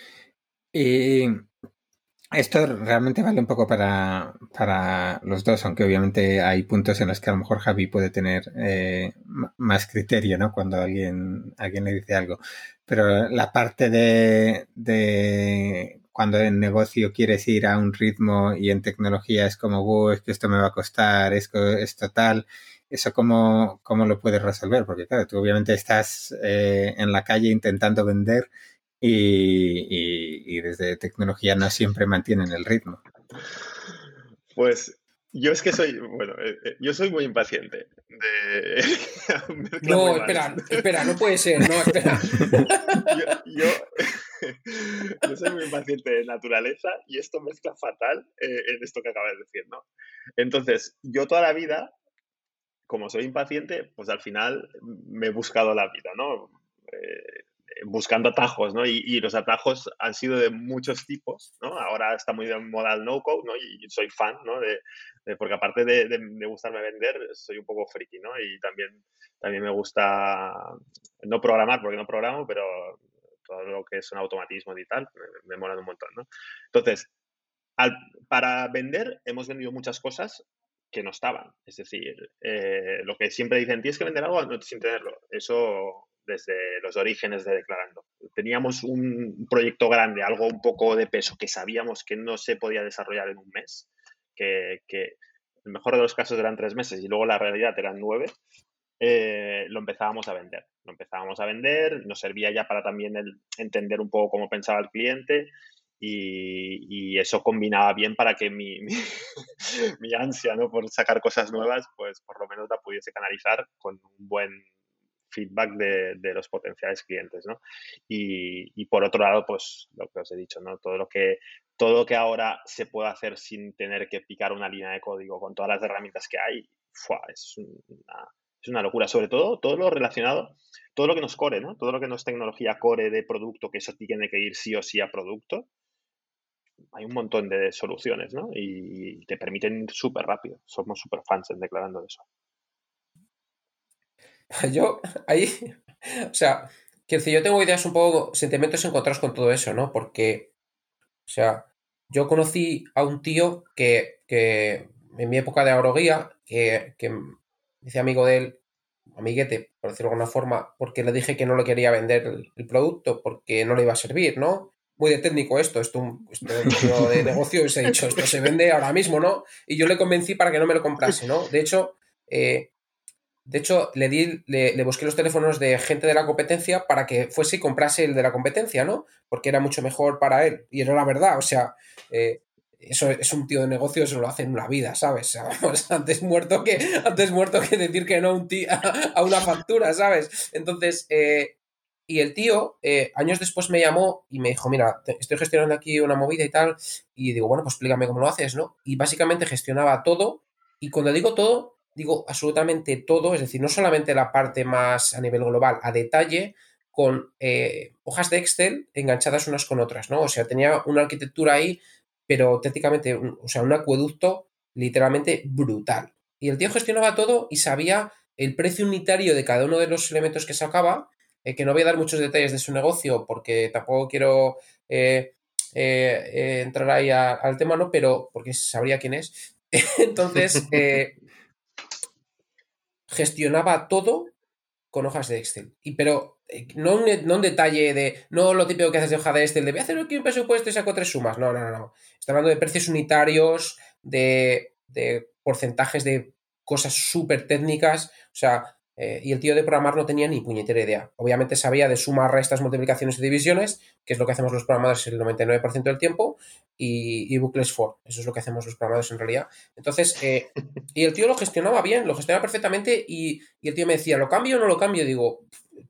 Y esto realmente vale un poco para, para los dos, aunque obviamente hay puntos en los que a lo mejor Javi puede tener eh, más criterio, ¿no?, cuando alguien, alguien le dice algo. Pero la parte de, de cuando en negocio quieres ir a un ritmo y en tecnología es como, oh, es que esto me va a costar, esto, esto tal, ¿eso cómo, cómo lo puedes resolver? Porque claro, tú obviamente estás eh, en la calle intentando vender Y, y, y desde tecnología no siempre mantienen el ritmo. Pues yo es que soy, bueno, eh, yo soy muy impaciente. De... no, muy espera, espera, no puede ser, no, espera. yo, yo, yo soy muy impaciente de naturaleza y esto mezcla fatal eh, en esto que acabas de decir, ¿no? Entonces, yo toda la vida, como soy impaciente, pues al final me he buscado la vida, ¿no? Eh, buscando atajos, ¿no? Y, y los atajos han sido de muchos tipos, ¿no? Ahora está muy de moda el no-code, ¿no? Y soy fan, ¿no? De, de, porque aparte de, de, de gustarme vender, soy un poco friki, ¿no? Y también, también me gusta no programar, porque no programo, pero todo lo que son automatismos y tal, me, me molan un montón, ¿no? Entonces, al, para vender hemos vendido muchas cosas que no estaban. Es decir, eh, lo que siempre dicen, tienes que vender algo sin tenerlo. Eso desde los orígenes de Declarando. Teníamos un proyecto grande, algo un poco de peso, que sabíamos que no se podía desarrollar en un mes, que, que el mejor de los casos eran tres meses y luego la realidad eran nueve. eh, lo empezábamos a vender. Lo empezábamos a vender, nos servía ya para también el entender un poco cómo pensaba el cliente y, y eso combinaba bien para que mi, mi, mi ansia, ¿no?, por sacar cosas nuevas, pues por lo menos la pudiese canalizar con un buen feedback de, de los potenciales clientes, ¿no? Y, y por otro lado, pues lo que os he dicho, ¿no? Todo lo que, todo lo que ahora se puede hacer sin tener que picar una línea de código con todas las herramientas que hay, ¡fua!, es una, es una locura. Sobre todo, todo lo relacionado, todo lo que nos core, ¿no? Todo lo que no es tecnología core de producto, que eso tiene que ir sí o sí a producto. Hay un montón de soluciones, ¿no? Y, y te permiten ir súper rápido. Somos súper fans en Declarando eso. Yo, ahí, o sea, quiero decir, yo tengo ideas un poco, sentimientos encontrados con todo eso, ¿no? Porque, o sea, yo conocí a un tío que, que en mi época de agroguía, que, que me hice amigo de él, amiguete, por decirlo de alguna forma, porque le dije que no le quería vender el, el producto porque no le iba a servir, ¿no? Muy de técnico esto, esto, esto es un tío de negocio y se ha dicho, esto se vende ahora mismo, ¿no? Y yo le convencí para que no me lo comprase, ¿no? De hecho, eh, De hecho, le di, le, le busqué los teléfonos de gente de la competencia para que fuese y comprase el de la competencia, ¿no? Porque era mucho mejor para él. Y era la verdad, o sea, eh, eso es un tío de negocio, eso lo hace en una vida, ¿sabes? O sea, vamos, antes muerto que, antes muerto que decir que no a, un tío, a, a una factura, ¿sabes? Entonces, eh, y el tío, eh, años después me llamó y me dijo, mira, te, estoy gestionando aquí una movida y tal. Y digo, bueno, pues explícame cómo lo haces, ¿no? Y básicamente gestionaba todo. Y cuando digo todo, digo absolutamente todo, es decir, no solamente la parte más a nivel global, a detalle, con eh, hojas de Excel enganchadas unas con otras, ¿no? O sea, tenía una arquitectura ahí, pero técnicamente, un, o sea, un acueducto literalmente brutal. Y el tío gestionaba todo y sabía el precio unitario de cada uno de los elementos que sacaba, eh, que no voy a dar muchos detalles de su negocio porque tampoco quiero eh, eh, eh, entrar ahí a, al tema, ¿no? Pero porque sabría quién es. Entonces, eh, gestionaba todo con hojas de Excel. Y pero eh, no, un, no un detalle de, no lo típico que haces de hoja de Excel, de voy a hacer aquí un presupuesto y saco tres sumas. No, no, no, no. Está hablando de precios unitarios, de, de porcentajes de cosas súper técnicas. O sea, eh, y el tío de programar no tenía ni puñetera idea. Obviamente sabía de sumas, restas, multiplicaciones y divisiones, que es lo que hacemos los programadores el noventa y nueve por ciento del tiempo, y, y bucles for. Eso es lo que hacemos los programadores en realidad. Entonces, eh, y el tío lo gestionaba bien, lo gestionaba perfectamente y, y el tío me decía, ¿lo cambio o no lo cambio? Digo,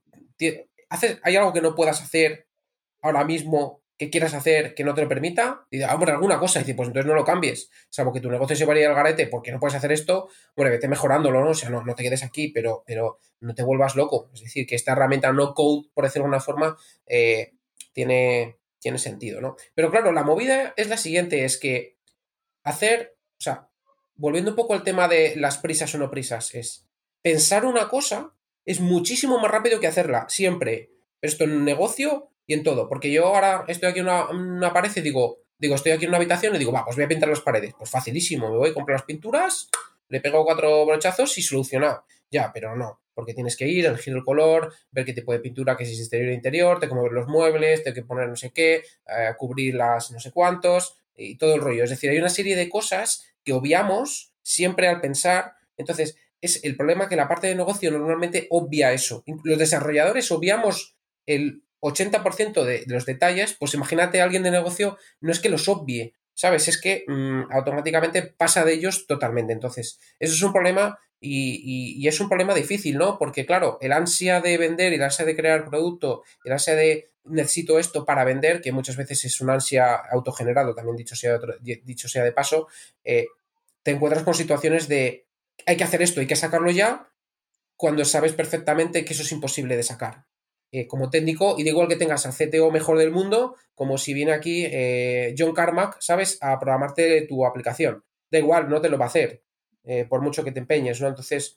¿haces, ¿hay algo que no puedas hacer ahora mismo que quieras hacer que no te lo permita? Y digo, ah, bueno, alguna cosa. Y dice, pues entonces no lo cambies. Salvo que tu negocio se vaya al garete porque no puedes hacer esto, bueno, vete mejorándolo, ¿no? O sea, no, no te quedes aquí, pero, pero no te vuelvas loco. Es decir, que esta herramienta no code, por decirlo de alguna forma, eh, tiene, tiene sentido, ¿no? Pero claro, la movida es la siguiente, es que hacer, o sea, volviendo un poco al tema de las prisas o no prisas, es pensar una cosa es muchísimo más rápido que hacerla, siempre. Esto en un negocio y en todo. Porque yo ahora estoy aquí en una, una pared y digo, digo, estoy aquí en una habitación y digo, va, pues voy a pintar las paredes. Pues facilísimo, me voy, compro las pinturas, le pego cuatro brochazos y solucionado. Ya, pero no, porque tienes que ir, elegir el color, ver qué tipo de pintura, que si es exterior e interior, tengo que mover los muebles, tengo que poner no sé qué, eh, cubrir las no sé cuántos y todo el rollo. Es decir, hay una serie de cosas que obviamos siempre al pensar. Entonces, es el problema que la parte de negocio normalmente obvia eso. Los desarrolladores obviamos el ochenta por ciento de, de los detalles, pues imagínate a alguien de negocio, no es que los obvie, ¿sabes? Es que mmm, automáticamente pasa de ellos totalmente. Entonces, eso es un problema y, y, y es un problema difícil, ¿no? Porque, claro, el ansia de vender y el ansia de crear producto, el ansia de necesito esto para vender, que muchas veces es un ansia autogenerado, también dicho sea, otro, dicho sea de paso, eh, te encuentras con situaciones de hay que hacer esto, hay que sacarlo ya, cuando sabes perfectamente que eso es imposible de sacar. Eh, como técnico, y da igual que tengas al C T O mejor del mundo, como si viene aquí eh, John Carmack, ¿sabes?, a programarte tu aplicación. Da igual, no te lo va a hacer, eh, por mucho que te empeñes, ¿no? Entonces,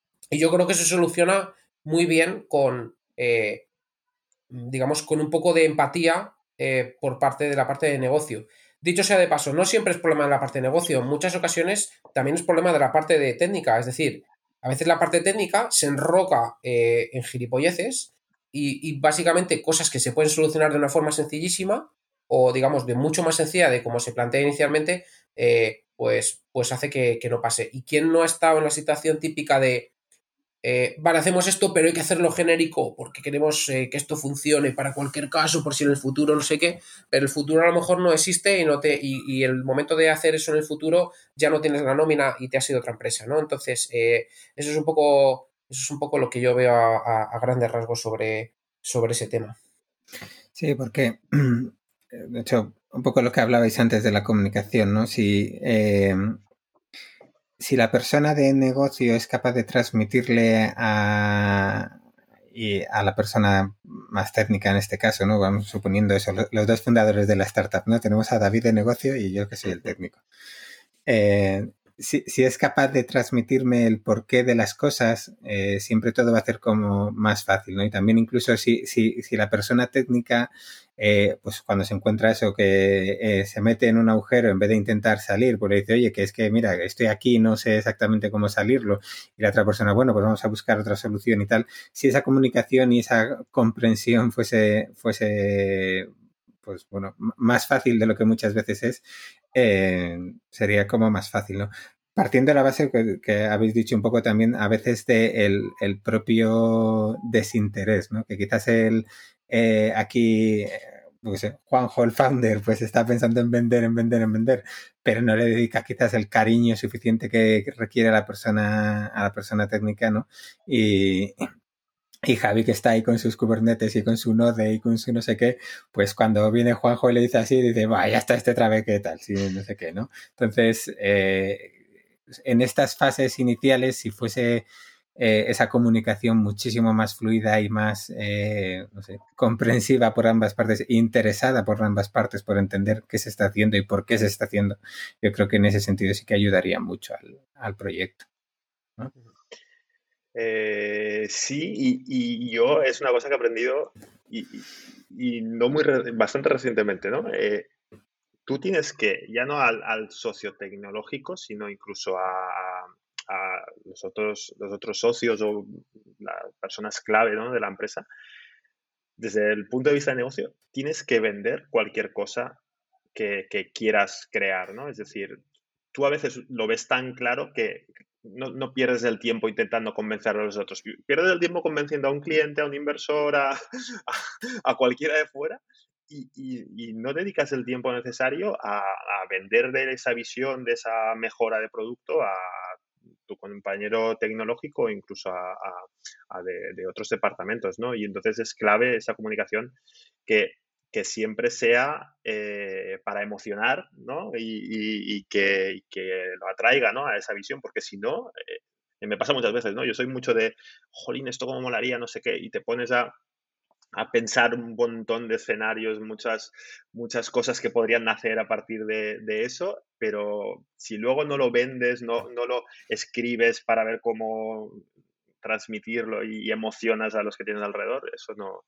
y yo creo que eso se soluciona muy bien con, eh, digamos, con un poco de empatía eh, por parte de la parte de negocio. Dicho sea de paso, no siempre es problema de la parte de negocio, en muchas ocasiones también es problema de la parte de técnica, es decir, a veces la parte técnica se enroca eh, en gilipolleces y, y básicamente cosas que se pueden solucionar de una forma sencillísima o digamos de mucho más sencilla de como se plantea inicialmente, eh, pues, pues hace que, que no pase. ¿Y quién no ha estado en la situación típica de eh, vale, hacemos esto, pero hay que hacerlo genérico porque queremos eh, que esto funcione para cualquier caso, por si en el futuro no sé qué, pero el futuro a lo mejor no existe y, no te, y, y el momento de hacer eso en el futuro ya no tienes la nómina y te has ido a otra empresa, ¿no? Entonces, eh, eso es un poco, eso es un poco lo que yo veo a, a, a grandes rasgos sobre, sobre ese tema. Sí, porque, de hecho, un poco lo que hablabais antes de la comunicación, ¿no? Si, eh, si la persona de negocio es capaz de transmitirle a, y a la persona más técnica en este caso, ¿no? Vamos suponiendo eso, los dos fundadores de la startup, ¿no? Tenemos a David de negocio y yo que soy el técnico. Eh, si, si es capaz de transmitirme el porqué de las cosas, eh, siempre todo va a ser como más fácil, ¿no? Y también incluso si, si, si la persona técnica, eh, pues cuando se encuentra eso, que eh, se mete en un agujero en vez de intentar salir, pues le dice, oye, que es que, mira, estoy aquí, no sé exactamente cómo salirlo. Y la otra persona, bueno, pues vamos a buscar otra solución y tal. Si esa comunicación y esa comprensión fuese, fuese pues bueno, más fácil de lo que muchas veces es, eh, sería como más fácil, ¿no? Partiendo de la base que, que habéis dicho un poco también, a veces de el, el propio desinterés, ¿no? Que quizás el eh, aquí, no sé, Juanjo, el founder, pues está pensando en vender, en vender, en vender, pero no le dedica quizás el cariño suficiente que requiere a la persona, a la persona técnica, ¿no? Y, Y Javi, que está ahí con sus Kubernetes y con su Node y con su no sé qué, pues cuando viene Juanjo y le dice así, dice, va, ya está este otra vez, ¿qué tal? Sí, no sé qué, ¿no? Entonces, eh, en estas fases iniciales, si fuese eh, esa comunicación muchísimo más fluida y más, eh, no sé, comprensiva por ambas partes, interesada por ambas partes, por entender qué se está haciendo y por qué se está haciendo, yo creo que en ese sentido sí que ayudaría mucho al, al proyecto, ¿no? Eh, sí, y, y yo es una cosa que he aprendido y, y, y no muy re, bastante recientemente, ¿no? Eh, tú tienes que, ya no al, al socio tecnológico, sino incluso a, a los, otros, los otros socios o las personas clave, ¿no?, de la empresa, desde el punto de vista de negocio, tienes que vender cualquier cosa que, que quieras crear, ¿no? Es decir, tú a veces lo ves tan claro que no, no pierdes el tiempo intentando convencer a los otros. Pierdes el tiempo convenciendo a un cliente, a un inversor, a, a, a cualquiera de fuera y, y, y no dedicas el tiempo necesario a, a vender de esa visión, de esa mejora de producto a tu compañero tecnológico o incluso a, a, a de, de otros departamentos, ¿no? Y entonces es clave esa comunicación que que siempre sea eh, para emocionar, ¿no? Y, y, y, que, y, que, lo atraiga, ¿no?, a esa visión, porque si no, eh, me pasa muchas veces, ¿no? Yo soy mucho de, jolín, esto cómo molaría, no sé qué, y te pones a, a pensar un montón de escenarios, muchas, muchas cosas que podrían nacer a partir de, de eso, pero si luego no lo vendes, no, no lo escribes para ver cómo transmitirlo y, y emocionas a los que tienes alrededor, eso no,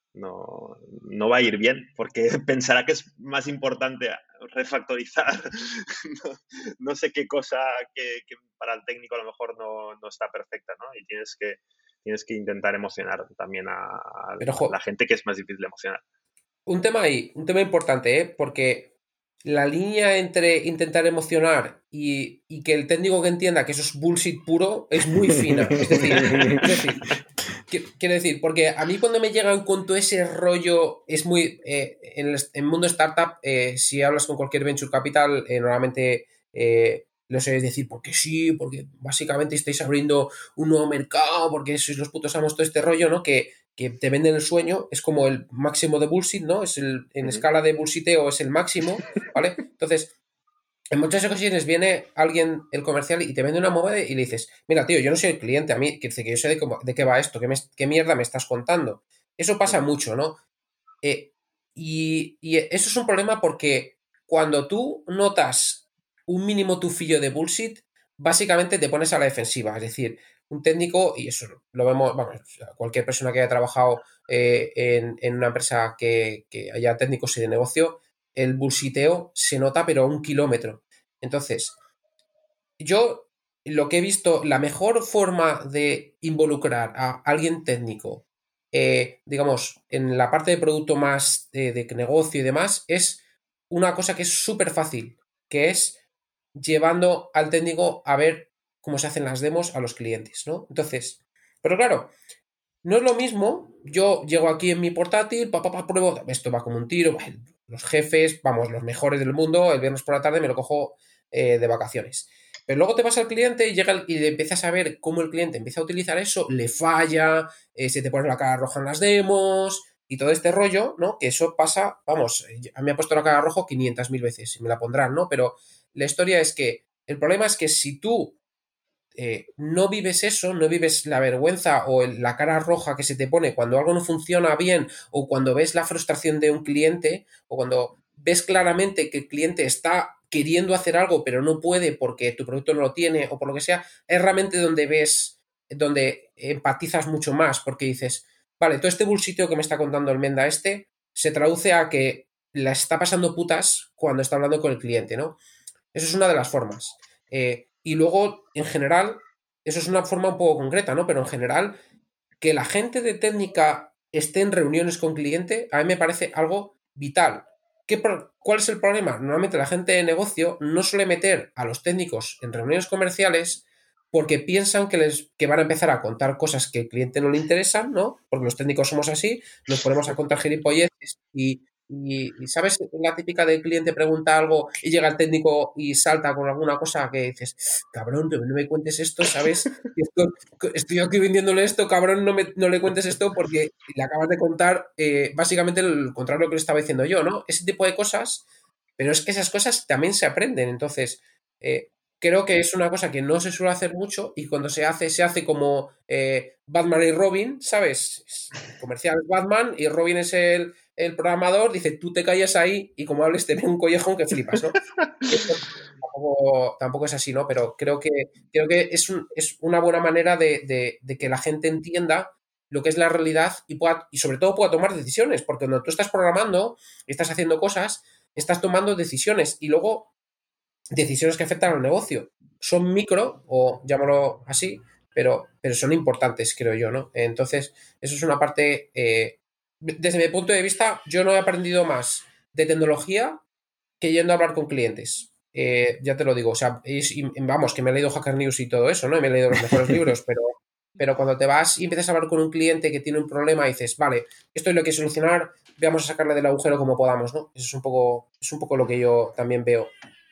no, no va a ir bien, porque pensará que es más importante refactorizar no, no sé qué cosa que, que para el técnico a lo mejor no, no está perfecta, ¿no? Y tienes que, tienes que intentar emocionar también a, a Pero, la gente que es más difícil de emocionar. Un tema ahí, un tema importante, ¿eh? Porque la línea entre intentar emocionar y, y que el técnico que entienda que eso es bullshit puro es muy fina. Es decir, es decir, quiero decir, porque a mí cuando me llegan con todo ese rollo, es muy. Eh, en el en mundo startup, eh, si hablas con cualquier venture capital, eh, normalmente eh, lo sé decir porque sí, porque básicamente estáis abriendo un nuevo mercado, porque sois los putos amos, todo este rollo, ¿no? Que, que te venden el sueño, es como el máximo de bullshit, ¿no? Es el, en uh-huh. escala de bullshiteo es el máximo, ¿vale? Entonces, en muchas ocasiones viene alguien, el comercial, y te vende una movida y le dices, mira, tío, yo no soy el cliente, a mí, que, que yo sé de, cómo, de qué va esto, qué, me, qué mierda me estás contando. Eso pasa uh-huh. mucho, ¿no? Eh, y, y eso es un problema porque cuando tú notas un mínimo tufillo de bullshit, básicamente te pones a la defensiva. Es decir, un técnico, y eso lo vemos, vamos, cualquier persona que haya trabajado eh, en, en una empresa que, que haya técnicos y de negocio, el bullshiteo se nota pero a un kilómetro. Entonces, yo lo que he visto, la mejor forma de involucrar a alguien técnico, eh, digamos, en la parte de producto más de, de negocio y demás, es una cosa que es súper fácil, que es llevando al técnico a ver cómo se hacen las demos a los clientes, ¿no? Entonces, Pero claro, no es lo mismo, yo llego aquí en mi portátil, papá, pa, pa, pruebo, esto va como un tiro, los jefes, vamos, los mejores del mundo, el viernes por la tarde me lo cojo eh, de vacaciones. Pero luego te vas al cliente y, llega el, y le empiezas a ver cómo el cliente empieza a utilizar eso, le falla, eh, se te pone la cara roja en las demos y todo este rollo, ¿no? Que eso pasa, vamos, a mí me ha puesto la cara roja quinientas mil veces y me la pondrán, ¿no? Pero la historia es que el problema es que si tú eh, no vives eso, no vives la vergüenza o el, la cara roja que se te pone cuando algo no funciona bien o cuando ves la frustración de un cliente o cuando ves claramente que el cliente está queriendo hacer algo pero no puede porque tu producto no lo tiene o por lo que sea, es realmente donde ves, donde empatizas mucho más porque dices, vale, todo este bullshit que me está contando el Menda este se traduce a que la está pasando putas cuando está hablando con el cliente, ¿no? Eso es una de las formas. Eh, y luego, en general, eso es una forma un poco concreta, ¿no? Pero en general, que la gente de técnica esté en reuniones con cliente, a mí me parece algo vital. ¿Qué pro- ¿Cuál es el problema? Normalmente la gente de negocio no suele meter a los técnicos en reuniones comerciales porque piensan que, les, que van a empezar a contar cosas que al cliente no le interesan, ¿no? Porque los técnicos somos así, nos ponemos a contar gilipolleces y y, y, ¿sabes? La típica del cliente pregunta algo y llega el técnico y salta con alguna cosa que dices, cabrón, no me cuentes esto, ¿sabes? Esto, estoy aquí vendiéndole esto, cabrón, no, me, no le cuentes esto porque le acabas de contar eh, básicamente el contrario que le estaba diciendo yo, ¿no? Ese tipo de cosas, pero es que esas cosas también se aprenden, entonces eh, creo que es una cosa que no se suele hacer mucho y cuando se hace, se hace como eh, Batman y Robin, ¿sabes? El comercial es Batman y Robin es el el programador, dice, tú te callas ahí y como hables te ve un collejón que flipas, ¿no? tampoco, tampoco es así, ¿no? Pero creo que, creo que es, un, es una buena manera de, de, de, que la gente entienda lo que es la realidad y, pueda, y sobre todo pueda tomar decisiones, porque cuando tú estás programando y estás haciendo cosas, estás tomando decisiones y luego decisiones que afectan al negocio. Son micro, o llámalo así, pero, pero son importantes, creo yo, ¿no? Entonces, eso es una parte... Eh, desde mi punto de vista, yo no he aprendido más de tecnología que yendo a hablar con clientes. Eh, ya te lo digo, o sea, es, y, vamos, que me he leído Hacker News y todo eso, ¿no? Y me he leído los mejores libros, pero, pero cuando te vas y empiezas a hablar con un cliente que tiene un problema y dices, vale, esto es lo que hay que solucionar, veamos a sacarle del agujero como podamos, ¿no? Eso es un poco, es un poco lo que yo también veo.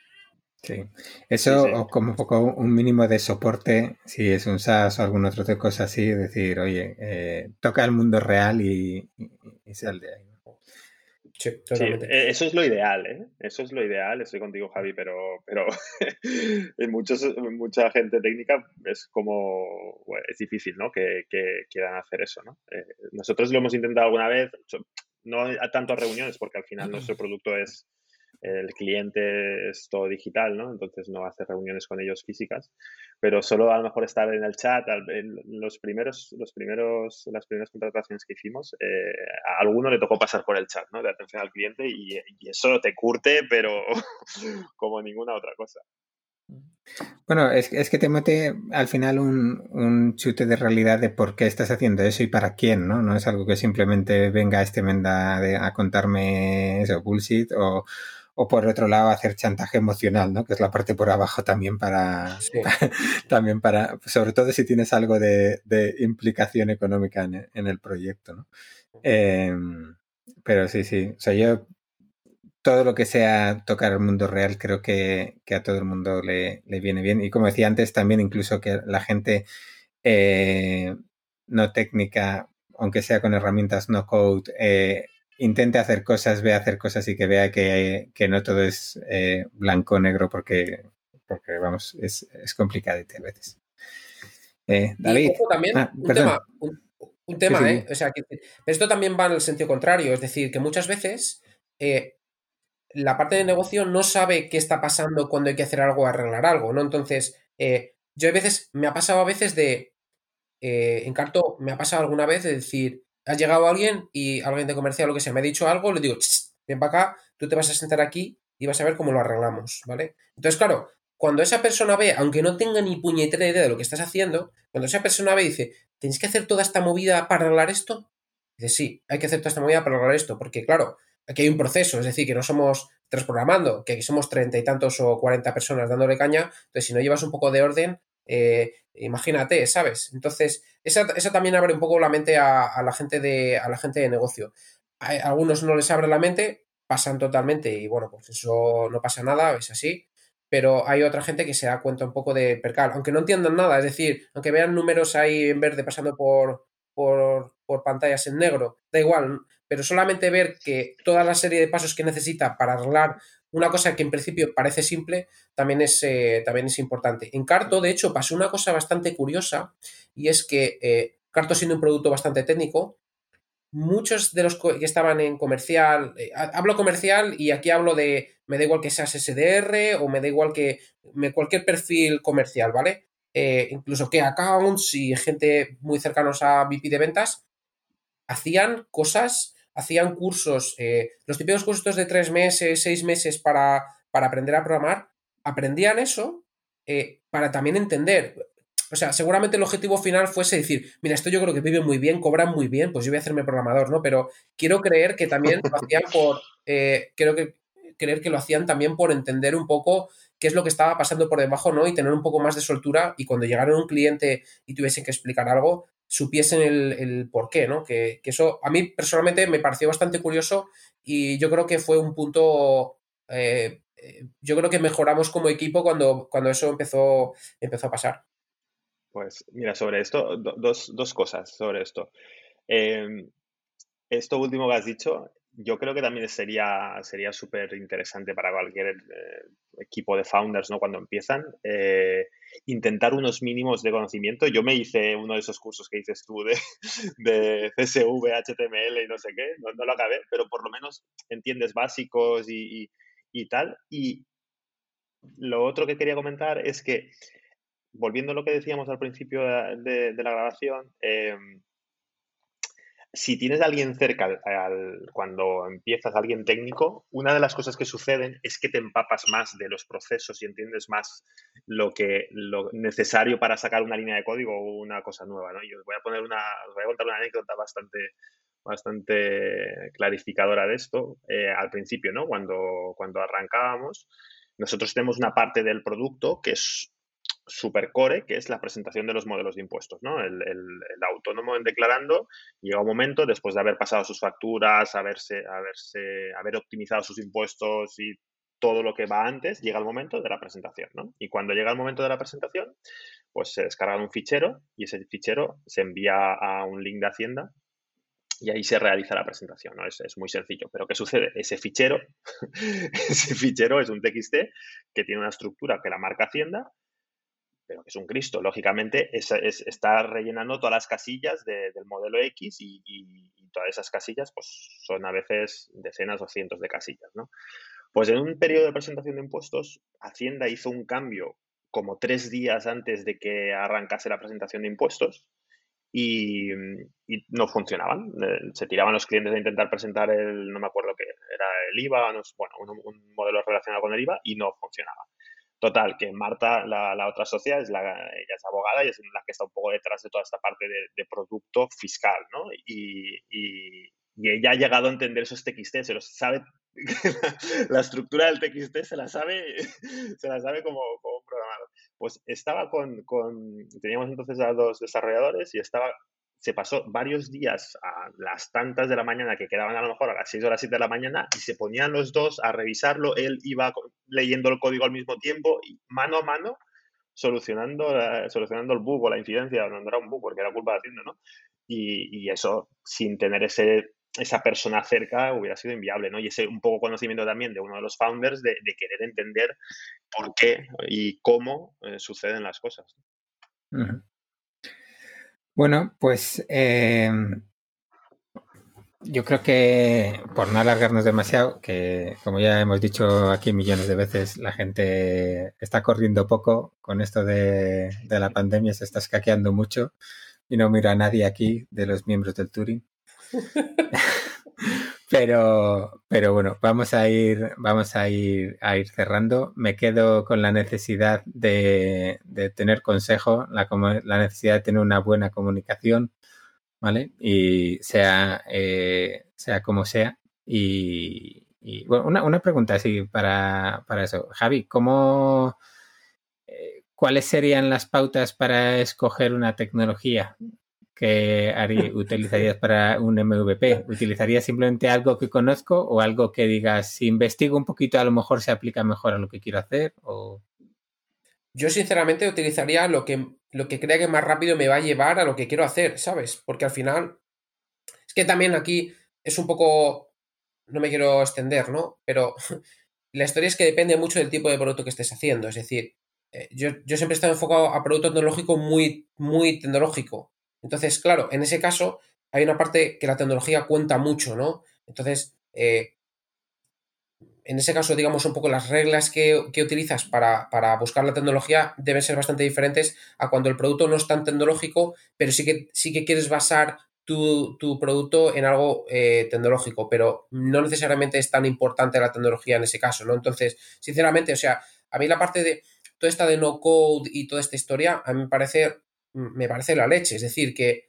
Sí, eso sí, sí. O como un poco un mínimo de soporte, si es un SaaS o alguna otra cosa así, decir, oye, eh, toca el mundo real y, y, y sal de ahí. Sí, totalmente. Sí, eso es lo ideal, ¿eh? Eso es lo ideal, estoy contigo, Javi, pero, pero en, muchos, en mucha gente técnica es como, bueno, es difícil, ¿no? Que, que quieran hacer eso, ¿no? Eh, nosotros lo hemos intentado alguna vez, no a tanto reuniones, porque al final nuestro producto es, el cliente es todo digital, ¿no? Entonces no hace reuniones con ellos físicas, pero solo a lo mejor estar en el chat, en los primeros, los primeros, las primeras contrataciones que hicimos, eh, a alguno le tocó pasar por el chat, ¿no? De atención al cliente y, y eso te curte, pero como ninguna otra cosa. Bueno, es, es que te mete al final un, un chute de realidad de por qué estás haciendo eso y para quién, ¿no? No es algo que simplemente venga este Menda de, a contarme eso, bullshit, o, o por otro lado hacer chantaje emocional, ¿no? Que es la parte por abajo también para, sí. para también para, sobre todo si tienes algo de, de implicación económica en, en el proyecto, ¿no? Eh, pero sí, sí, o sea, yo todo lo que sea tocar el mundo real creo que, que a todo el mundo le, le viene bien. Y como decía antes, también incluso que la gente eh, no técnica, aunque sea con herramientas no code, eh, intente hacer cosas, vea hacer cosas y que vea que, que no todo es eh, blanco o negro porque, porque vamos, es, es complicado a veces. Eh, David. Y ojo, también ah, un perdón. tema, un, un tema sí, sí. ¿eh? O sea, que, esto también va en el sentido contrario, es decir, que muchas veces eh, la parte de negocio no sabe qué está pasando cuando hay que hacer algo o arreglar algo, ¿no? Entonces, eh, yo a veces, me ha pasado a veces de, eh, en Carto, me ha pasado alguna vez de decir, ha llegado alguien y alguien de comercial o lo que sea, me ha dicho algo, le digo, ven para acá, tú te vas a sentar aquí y vas a ver cómo lo arreglamos, ¿vale? Entonces, claro, cuando esa persona ve, aunque no tenga ni puñetera idea de lo que estás haciendo, cuando esa persona ve y dice, ¿tenéis que hacer toda esta movida para arreglar esto? Dice, sí, hay que hacer toda esta movida para arreglar esto, porque claro, aquí hay un proceso, es decir, que no somos tres programando, que aquí somos treinta y tantos o cuarenta personas dándole caña, entonces si no llevas un poco de orden, Eh, imagínate, ¿sabes? Entonces, esa, esa también abre un poco la mente a, a la gente de, a la gente de negocio. A algunos no les abre la mente, pasan totalmente y bueno, pues eso no pasa nada, es así. Pero hay otra gente que se da cuenta un poco de percal, aunque no entiendan nada, es decir, aunque vean números ahí en verde pasando por, por, por pantallas en negro, da igual, pero solamente ver que toda la serie de pasos que necesita para arreglar una cosa que en principio parece simple, también es, eh, también es importante. En Carto, de hecho, pasó una cosa bastante curiosa y es que eh, Carto, siendo un producto bastante técnico, muchos de los que estaban en comercial, eh, hablo comercial y aquí hablo de, me da igual que seas S D R o me da igual que me, cualquier perfil comercial, ¿vale? Eh, incluso que accounts y gente muy cercanos a V P de ventas, hacían cosas, hacían cursos, eh, los típicos cursos de tres meses, seis meses para, para aprender a programar, aprendían eso eh, para también entender. O sea, seguramente el objetivo final fuese decir, mira, esto yo creo que vive muy bien, cobran muy bien, pues yo voy a hacerme programador, ¿no? Pero quiero creer que también lo hacían por, eh, creo que creer que lo hacían también por entender un poco qué es lo que estaba pasando por debajo, ¿no? Y tener un poco más de soltura y cuando llegara un cliente y tuviesen que explicar algo, supiesen el, el por qué, ¿no? Que, que eso a mí personalmente me pareció bastante curioso y yo creo que fue un punto, eh, eh, yo creo que mejoramos como equipo cuando, cuando eso empezó, empezó a pasar. Pues mira, sobre esto, do, dos, dos cosas sobre esto. Eh, esto último que has dicho, yo creo que también sería sería súper interesante para cualquier eh, equipo de founders, ¿no? Cuando empiezan, eh, intentar unos mínimos de conocimiento. Yo me hice uno de esos cursos que dices tú de, de C S V, H T M L y no sé qué, no, no lo acabé, pero por lo menos entiendes básicos y, y, y tal. Y lo otro que quería comentar es que, volviendo a lo que decíamos al principio de, de, de la grabación, eh, si tienes a alguien cerca al, al, cuando empiezas, alguien técnico, una de las cosas que suceden es que te empapas más de los procesos y entiendes más lo que lo necesario para sacar una línea de código o una cosa nueva, ¿no? Y os voy a poner una, os voy a contar una anécdota bastante, bastante clarificadora de esto. Eh, al principio, ¿no? Cuando, cuando arrancábamos, nosotros tenemos una parte del producto que es super core, que es la presentación de los modelos de impuestos, ¿no? El, el, el autónomo en declarando llega un momento, después de haber pasado sus facturas, haberse, haberse, haber optimizado sus impuestos y todo lo que va antes, llega el momento de la presentación, ¿no? Y cuando llega el momento de la presentación, pues se descarga un fichero y ese fichero se envía a un link de Hacienda y ahí se realiza la presentación, ¿no? Es, es muy sencillo. Pero ¿qué sucede? Ese fichero, ese fichero es un T X T que tiene una estructura que la marca Hacienda, pero que es un Cristo. Lógicamente, es, es, está rellenando todas las casillas de, del modelo X y, y, y todas esas casillas pues, son a veces decenas o cientos de casillas, ¿no? Pues en un periodo de presentación de impuestos, Hacienda hizo un cambio como tres días antes de que arrancase la presentación de impuestos y, y no funcionaban. Se tiraban los clientes a intentar presentar el, no me acuerdo qué, era el I V A, no, bueno, un, un modelo relacionado con el I V A y no funcionaba. Total, que Marta, la, la otra socia, es la, ella es abogada y es la que está un poco detrás de toda esta parte de, de producto fiscal, ¿no? Y, y, y ella ha llegado a entender esos T X T, se los sabe, la, la estructura del T X T se la sabe, se la sabe como, como un programador. Pues estaba con, con, teníamos entonces a dos desarrolladores y estaba, se pasó varios días a las tantas de la mañana que quedaban a lo mejor a las seis o las siete de la mañana y se ponían los dos a revisarlo, él iba leyendo el código al mismo tiempo y mano a mano solucionando, uh, solucionando el bug o la incidencia, no era un bug porque era culpa de Hacienda, ¿no? Y, y eso sin tener ese, esa persona cerca hubiera sido inviable, ¿no? Y ese un poco conocimiento también de uno de los founders de, de querer entender por qué y cómo eh, suceden las cosas. Uh-huh. Bueno, pues eh, yo creo que por no alargarnos demasiado, que como ya hemos dicho aquí millones de veces, la gente está corriendo poco con esto de, de la pandemia, se está escaqueando mucho y no miro a nadie aquí de los miembros del Turing. Pero, pero bueno, vamos a ir, vamos a ir, a ir cerrando. Me quedo con la necesidad de, de tener consejo, la, la necesidad de tener una buena comunicación, ¿vale? Y sea, eh, sea como sea. Y, y bueno, una, una pregunta así para, para eso. Javi, ¿cómo, eh, ¿cuáles serían las pautas para escoger una tecnología que haría, utilizarías para un M V P? ¿Utilizarías simplemente algo que conozco o algo que digas, si investigo un poquito a lo mejor se aplica mejor a lo que quiero hacer? O... Yo sinceramente utilizaría lo que, lo que crea que más rápido me va a llevar a lo que quiero hacer, ¿sabes? Porque al final, es que también aquí es un poco, no me quiero extender, ¿no? Pero la historia es que depende mucho del tipo de producto que estés haciendo. Es decir, eh, yo, yo siempre he estado enfocado a producto tecnológico muy, muy tecnológico. Entonces, claro, en ese caso hay una parte que la tecnología cuenta mucho, ¿no? Entonces, eh, en ese caso, digamos, un poco las reglas que, que utilizas para, para buscar la tecnología deben ser bastante diferentes a cuando el producto no es tan tecnológico, pero sí que, sí que quieres basar tu, tu producto en algo eh, tecnológico, pero no necesariamente es tan importante la tecnología en ese caso, ¿no? Entonces, sinceramente, o sea, a mí la parte de toda esta de no code y toda esta historia, a mí me parece, me parece la leche, es decir, que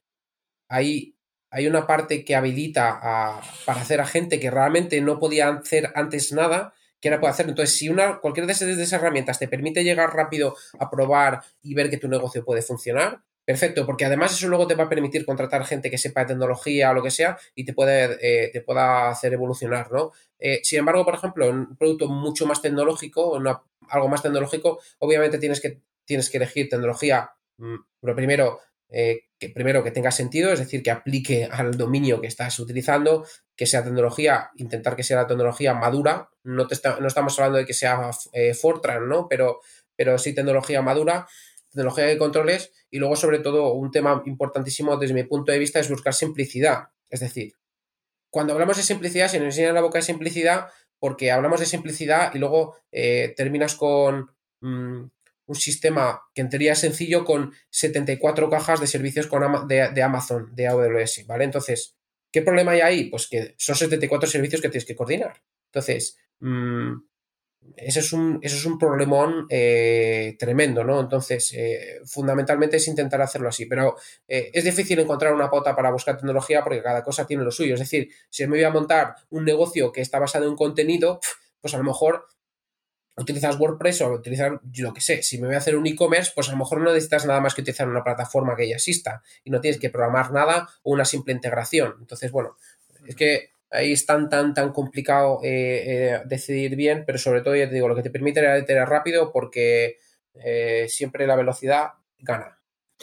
hay, hay una parte que habilita a, para hacer a gente que realmente no podía hacer antes nada, que ahora puede hacer. Entonces, si una, cualquiera de esas, de esas herramientas te permite llegar rápido a probar y ver que tu negocio puede funcionar, perfecto, porque además eso luego te va a permitir contratar gente que sepa de tecnología o lo que sea y te, puede, eh, te pueda hacer evolucionar, ¿no? Eh, sin embargo, por ejemplo, en un producto mucho más tecnológico, una, algo más tecnológico, obviamente tienes que, tienes que elegir tecnología, mmm, lo primero, eh, que primero que tenga sentido, es decir, que aplique al dominio que estás utilizando, que sea tecnología, intentar que sea la tecnología madura, no, te está, no estamos hablando de que sea eh, Fortran, ¿no? Pero, pero sí tecnología madura, tecnología de controles y luego sobre todo un tema importantísimo desde mi punto de vista es buscar simplicidad. Es decir, cuando hablamos de simplicidad se nos enseña la boca de simplicidad porque hablamos de simplicidad y luego eh, terminas con mmm, un sistema que en teoría es sencillo con setenta y cuatro cajas de servicios con Ama- de, de Amazon, de A W S, ¿vale? Entonces, ¿qué problema hay ahí? Pues que son setenta y cuatro servicios que tienes que coordinar. Entonces, mmm, ese es un, eso es un problemón eh, tremendo, ¿no? Entonces, eh, fundamentalmente es intentar hacerlo así, pero eh, es difícil encontrar una pauta para buscar tecnología porque cada cosa tiene lo suyo. Es decir, si me voy a montar un negocio que está basado en contenido, pues a lo mejor utilizas WordPress o utilizar, yo lo que sé, si me voy a hacer un e-commerce, pues a lo mejor no necesitas nada más que utilizar una plataforma que ya exista y no tienes que programar nada o una simple integración. Entonces, bueno, es que ahí es tan, tan, tan complicado eh, eh, decidir bien, pero sobre todo, ya te digo, lo que te permite era iterar rápido porque eh, siempre la velocidad gana.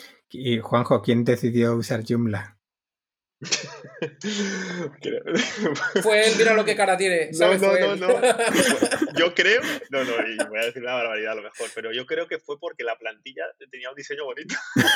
Y Juanjo, ¿quién decidió usar Joomla? Fue él, mira lo que cara tiene, ¿sabes? No, no, Fue no, él. no. Yo creo, no, no, y voy a decir una barbaridad a lo mejor, pero yo creo que fue porque la plantilla tenía un diseño bonito.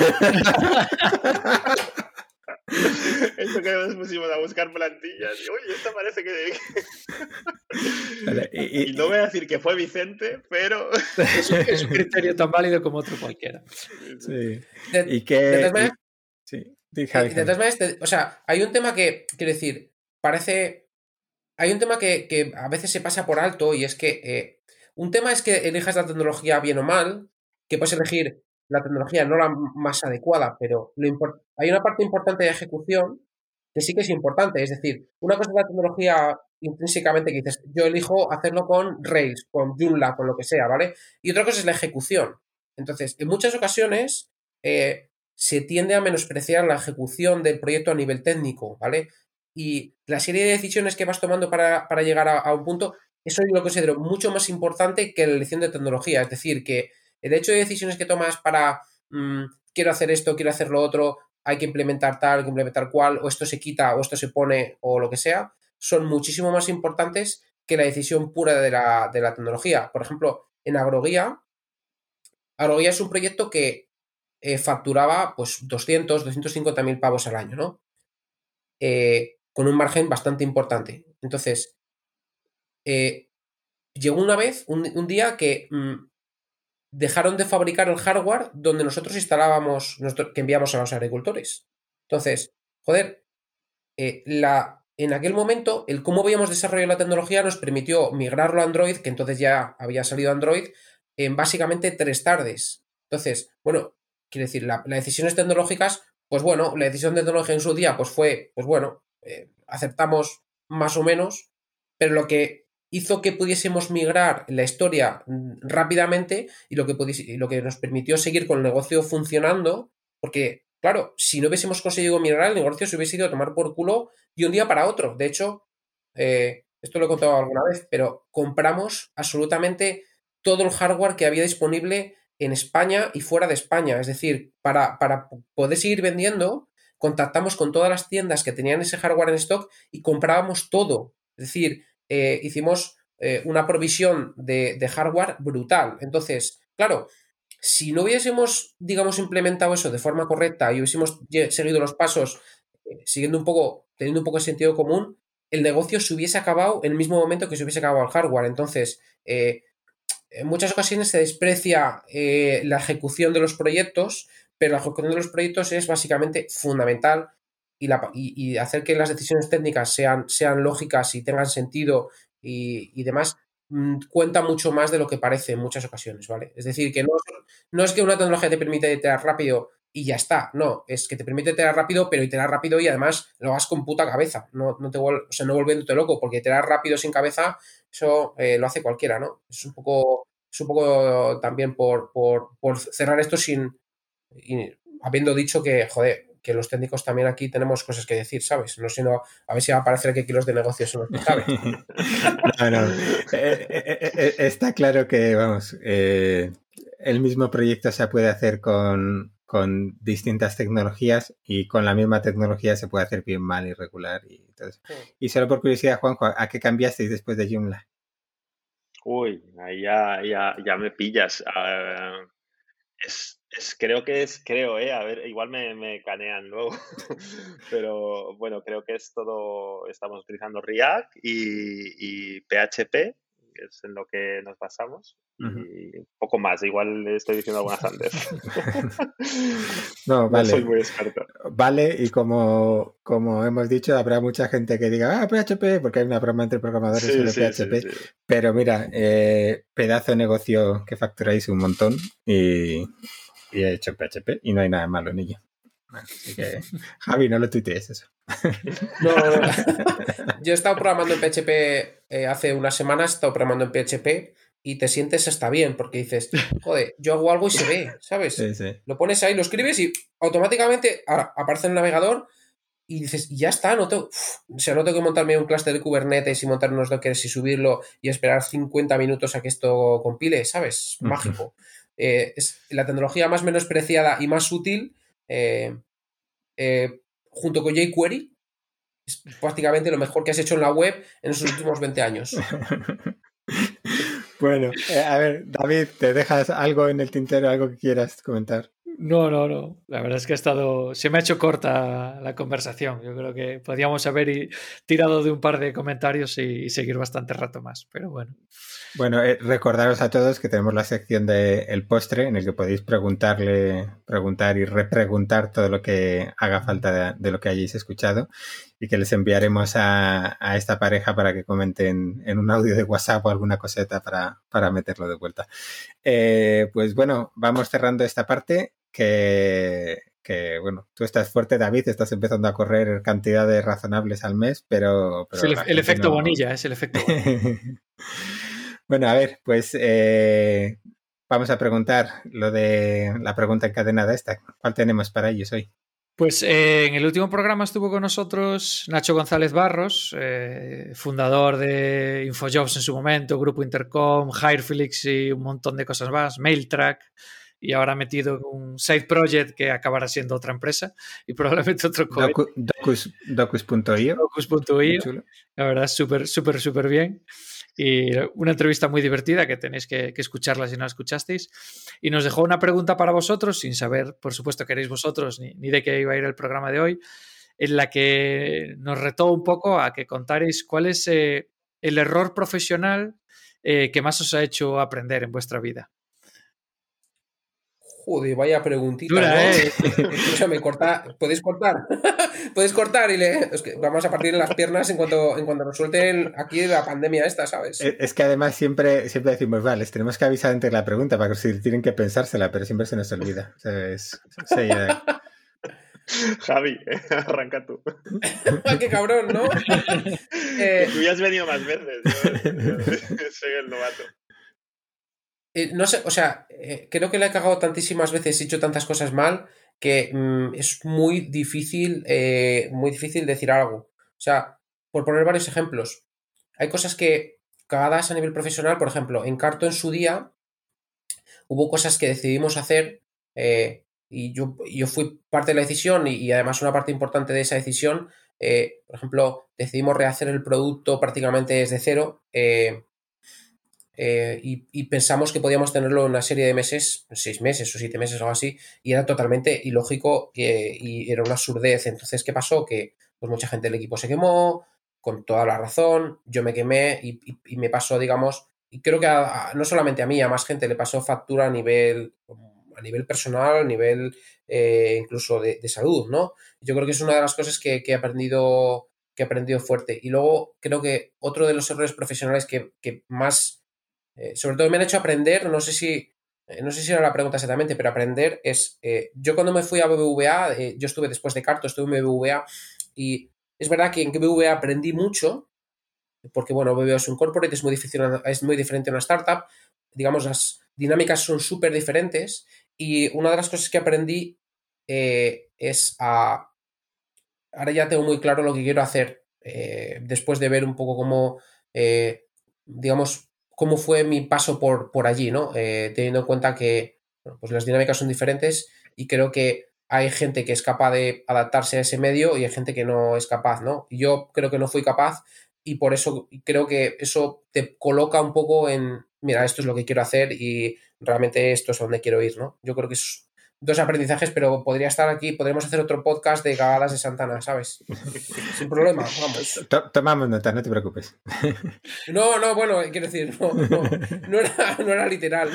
Eso que nos pusimos a buscar plantillas y, oye, esta parece que... Vale, y, y no voy a decir que fue Vicente, pero... Es un, es un criterio tan válido como otro cualquiera. Sí. De, ¿Y qué, de todas maneras, y, sí, deja, de, de todas maneras te, o sea, hay un tema que, quiero decir, parece... Hay un tema que, que a veces se pasa por alto y es que eh, un tema es que elijas la tecnología bien o mal, que puedes elegir la tecnología no la más adecuada, pero lo import- hay una parte importante de ejecución que sí que es importante. Es decir, una cosa es la tecnología intrínsecamente que dices, yo elijo hacerlo con Rails, con Joomla, con lo que sea, ¿vale? Y otra cosa es la ejecución. Entonces, en muchas ocasiones eh, se tiende a menospreciar la ejecución del proyecto a nivel técnico, ¿vale? Y la serie de decisiones que vas tomando para, para llegar a, a un punto, eso yo lo considero mucho más importante que la elección de tecnología. Es decir, que el hecho de decisiones que tomas para mmm, quiero hacer esto, quiero hacer lo otro, hay que implementar tal, hay que implementar cual, o esto se quita, o esto se pone, o lo que sea, son muchísimo más importantes que la decisión pura de la, de la tecnología. Por ejemplo, en Agroguía, Agroguía es un proyecto que eh, facturaba pues doscientos, doscientos cincuenta mil pavos al año, ¿no? Eh, con un margen bastante importante. Entonces, eh, llegó una vez, un, un día que mmm, dejaron de fabricar el hardware donde nosotros instalábamos, nuestro, que enviamos a los agricultores. Entonces, joder, eh, la, en aquel momento, el cómo habíamos desarrollado la tecnología nos permitió migrarlo a Android, que entonces ya había salido Android, en básicamente tres tardes. Entonces, bueno, quiero decir, la, las decisiones tecnológicas, pues bueno, la decisión tecnológica en su día, pues fue, pues bueno, eh, aceptamos más o menos, pero lo que hizo que pudiésemos migrar la historia rápidamente y lo que, pudiese, lo que nos permitió seguir con el negocio funcionando, porque, claro, si no hubiésemos conseguido migrar, el negocio se hubiese ido a tomar por culo de un día para otro. De hecho, eh, esto lo he contado alguna vez, pero compramos absolutamente todo el hardware que había disponible en España y fuera de España. Es decir, para, para poder seguir vendiendo, contactamos con todas las tiendas que tenían ese hardware en stock y comprábamos todo. Es decir, eh, hicimos eh, una provisión de, de hardware brutal. Entonces, claro, si no hubiésemos, digamos, implementado eso de forma correcta y hubiésemos seguido los pasos, eh, siguiendo un poco, teniendo un poco de sentido común, el negocio se hubiese acabado en el mismo momento que se hubiese acabado el hardware. Entonces, eh, en muchas ocasiones se desprecia eh, la ejecución de los proyectos, pero la ejecución de los proyectos es básicamente fundamental y, la, y, y hacer que las decisiones técnicas sean, sean lógicas y tengan sentido y, y demás, mmm, cuenta mucho más de lo que parece en muchas ocasiones, ¿vale? Es decir, que no, no es que una tecnología te permita iterar rápido y ya está, no, es que te permite iterar rápido, pero iterar rápido y además lo hagas con puta cabeza, no, no te vuel- o sea, no volviéndote loco, porque iterar rápido sin cabeza, eso eh, lo hace cualquiera, ¿no? Es un poco, es un poco también por, por, por cerrar esto sin, y, habiendo dicho que, joder, que los técnicos también aquí tenemos cosas que decir, ¿sabes? No sé, no, a ver si va a parecer que kilos de negocios son los que sabes. No, no, eh, eh, eh, está claro que, vamos, eh, el mismo proyecto se puede hacer con, con distintas tecnologías y con la misma tecnología se puede hacer bien, mal, irregular y todo eso. Sí. Y solo por curiosidad, Juanjo, ¿a qué cambiasteis después de Joomla? Uy, ahí ya, ya, ya me pillas. Uh, es, es, creo que es, creo, eh, a ver, igual me, me canean luego, pero bueno, creo que es todo, estamos utilizando React y, y P H P, que es en lo que nos basamos. Uh-huh. Y un poco más, igual estoy diciendo alguna sandez. No, vale. No soy muy experto. Vale, y como, como hemos dicho, habrá mucha gente que diga, ah, P H P, porque hay una broma entre programadores sí, sobre sí, P H P. Sí, sí. Pero mira, eh, pedazo de negocio que facturáis un montón y, y he hecho P H P y no hay nada malo en ello. Así que, Javi, no lo tuitees eso. No, no, no. Yo he estado programando en P H P eh, hace unas semanas, he estado programando en P H P y te sientes hasta bien porque dices, joder, yo hago algo y se ve, ¿sabes? Sí, sí. Lo pones ahí, lo escribes y automáticamente aparece en el navegador y dices, ya está, no tengo, uf, o sea, no tengo que montarme un clúster de Kubernetes y montar unos dockers y subirlo y esperar cincuenta minutos a que esto compile, ¿sabes? Mágico. Uh-huh. Eh, es la tecnología más menospreciada y más útil eh, eh, junto con jQuery es prácticamente lo mejor que has hecho en la web en los últimos veinte años. Bueno, eh, a ver, David, ¿te dejas algo en el tintero, algo que quieras comentar? No, no, no. La verdad es que ha estado. Se me ha hecho corta la conversación. Yo creo que podíamos haber tirado de un par de comentarios y seguir bastante rato más, pero bueno. Bueno, eh, recordaros a todos que tenemos la sección de El Postre, en el que podéis preguntarle, preguntar y repreguntar todo lo que haga falta de, de lo que hayáis escuchado y que les enviaremos a, a esta pareja para que comenten en un audio de WhatsApp o alguna coseta para, para meterlo de vuelta. Eh, pues bueno, vamos cerrando esta parte que... que, bueno, tú estás fuerte, David, estás empezando a correr cantidades razonables al mes, pero... pero es el, el efecto no... Bonilla, es el efecto Bonilla. Bueno, a ver, pues eh, vamos a preguntar lo de la pregunta encadenada esta. ¿Cuál tenemos para ellos hoy? Pues eh, en el último programa estuvo con nosotros Nacho González Barros, eh, fundador de InfoJobs en su momento, Grupo Intercom, Hireflix y un montón de cosas más, Mailtrack, y ahora metido en un side project que acabará siendo otra empresa y probablemente otro Docu, Docus punto io. Docus punto io. La verdad, súper, súper, súper bien. Y una entrevista muy divertida que tenéis que, que escucharla si no la escuchasteis. Y nos dejó una pregunta para vosotros, sin saber, por supuesto, queréis vosotros ni, ni de qué iba a ir el programa de hoy, en la que nos retó un poco a que contaréis cuál es eh, el error profesional eh, que más os ha hecho aprender en vuestra vida. Joder, vaya preguntita, Dura, ¿no? ¿eh? Escúchame, corta, ¿podéis cortar? ¿Podéis cortar? Y le... es que vamos a partir las piernas en cuanto, en cuanto nos suelten aquí la pandemia esta, ¿sabes? Es que además siempre, siempre decimos, vale, les tenemos que avisar antes de la pregunta para que si tienen que pensársela, pero siempre se nos olvida. O sea, es, o sea, ya... Javi, eh, arranca tú. ¡Qué cabrón!, ¿no? eh, tú ya has venido más veces. Yo soy el novato. Eh, no sé, o sea, eh, creo que le he cagado tantísimas veces, he hecho tantas cosas mal, que mmm, es muy difícil, eh, muy difícil decir algo. O sea, por poner varios ejemplos, hay cosas que cagadas a nivel profesional, por ejemplo, en Carto en su día hubo cosas que decidimos hacer eh, y yo, yo fui parte de la decisión y, y además una parte importante de esa decisión, eh, por ejemplo, decidimos rehacer el producto prácticamente desde cero. Eh, Eh, y, y pensamos que podíamos tenerlo en una serie de meses, seis meses o siete meses o algo así, y era totalmente ilógico que, y era una absurdez. Entonces, ¿qué pasó? Que pues mucha gente del equipo se quemó, con toda la razón, yo me quemé y, y, y me pasó, digamos, y creo que a, a, no solamente a mí, a más gente le pasó factura a nivel, a nivel personal, a nivel eh, incluso de, de salud, ¿no? Yo creo que es una de las cosas que, que he aprendido que he aprendido fuerte. Y luego creo que otro de los errores profesionales que, que más Eh, sobre todo me han hecho aprender, no sé si eh, no sé si era la pregunta exactamente, pero aprender es, eh, yo cuando me fui a B B V A, eh, yo estuve después de Carto, estuve en B B V A y es verdad que en B B V A aprendí mucho, porque bueno, B B V A es un corporate, es muy difícil, es muy diferente a una startup, digamos, las dinámicas son súper diferentes y una de las cosas que aprendí eh, es a, ahora ya tengo muy claro lo que quiero hacer, eh, después de ver un poco cómo, eh, digamos, cómo fue mi paso por, por allí, ¿no? Eh, teniendo en cuenta que bueno, pues las dinámicas son diferentes y creo que hay gente que es capaz de adaptarse a ese medio y hay gente que no es capaz, ¿no? Y yo creo que no fui capaz y por eso creo que eso te coloca un poco en, mira, esto es lo que quiero hacer y realmente esto es donde quiero ir, ¿no? Yo creo que es dos aprendizajes, pero podría estar aquí, podríamos hacer otro podcast de cagadas de Santana, ¿sabes? Sin problema, vamos. Tomamos nota, no te preocupes. No, no, bueno, quiero decir, no, no, no, era, no era literal.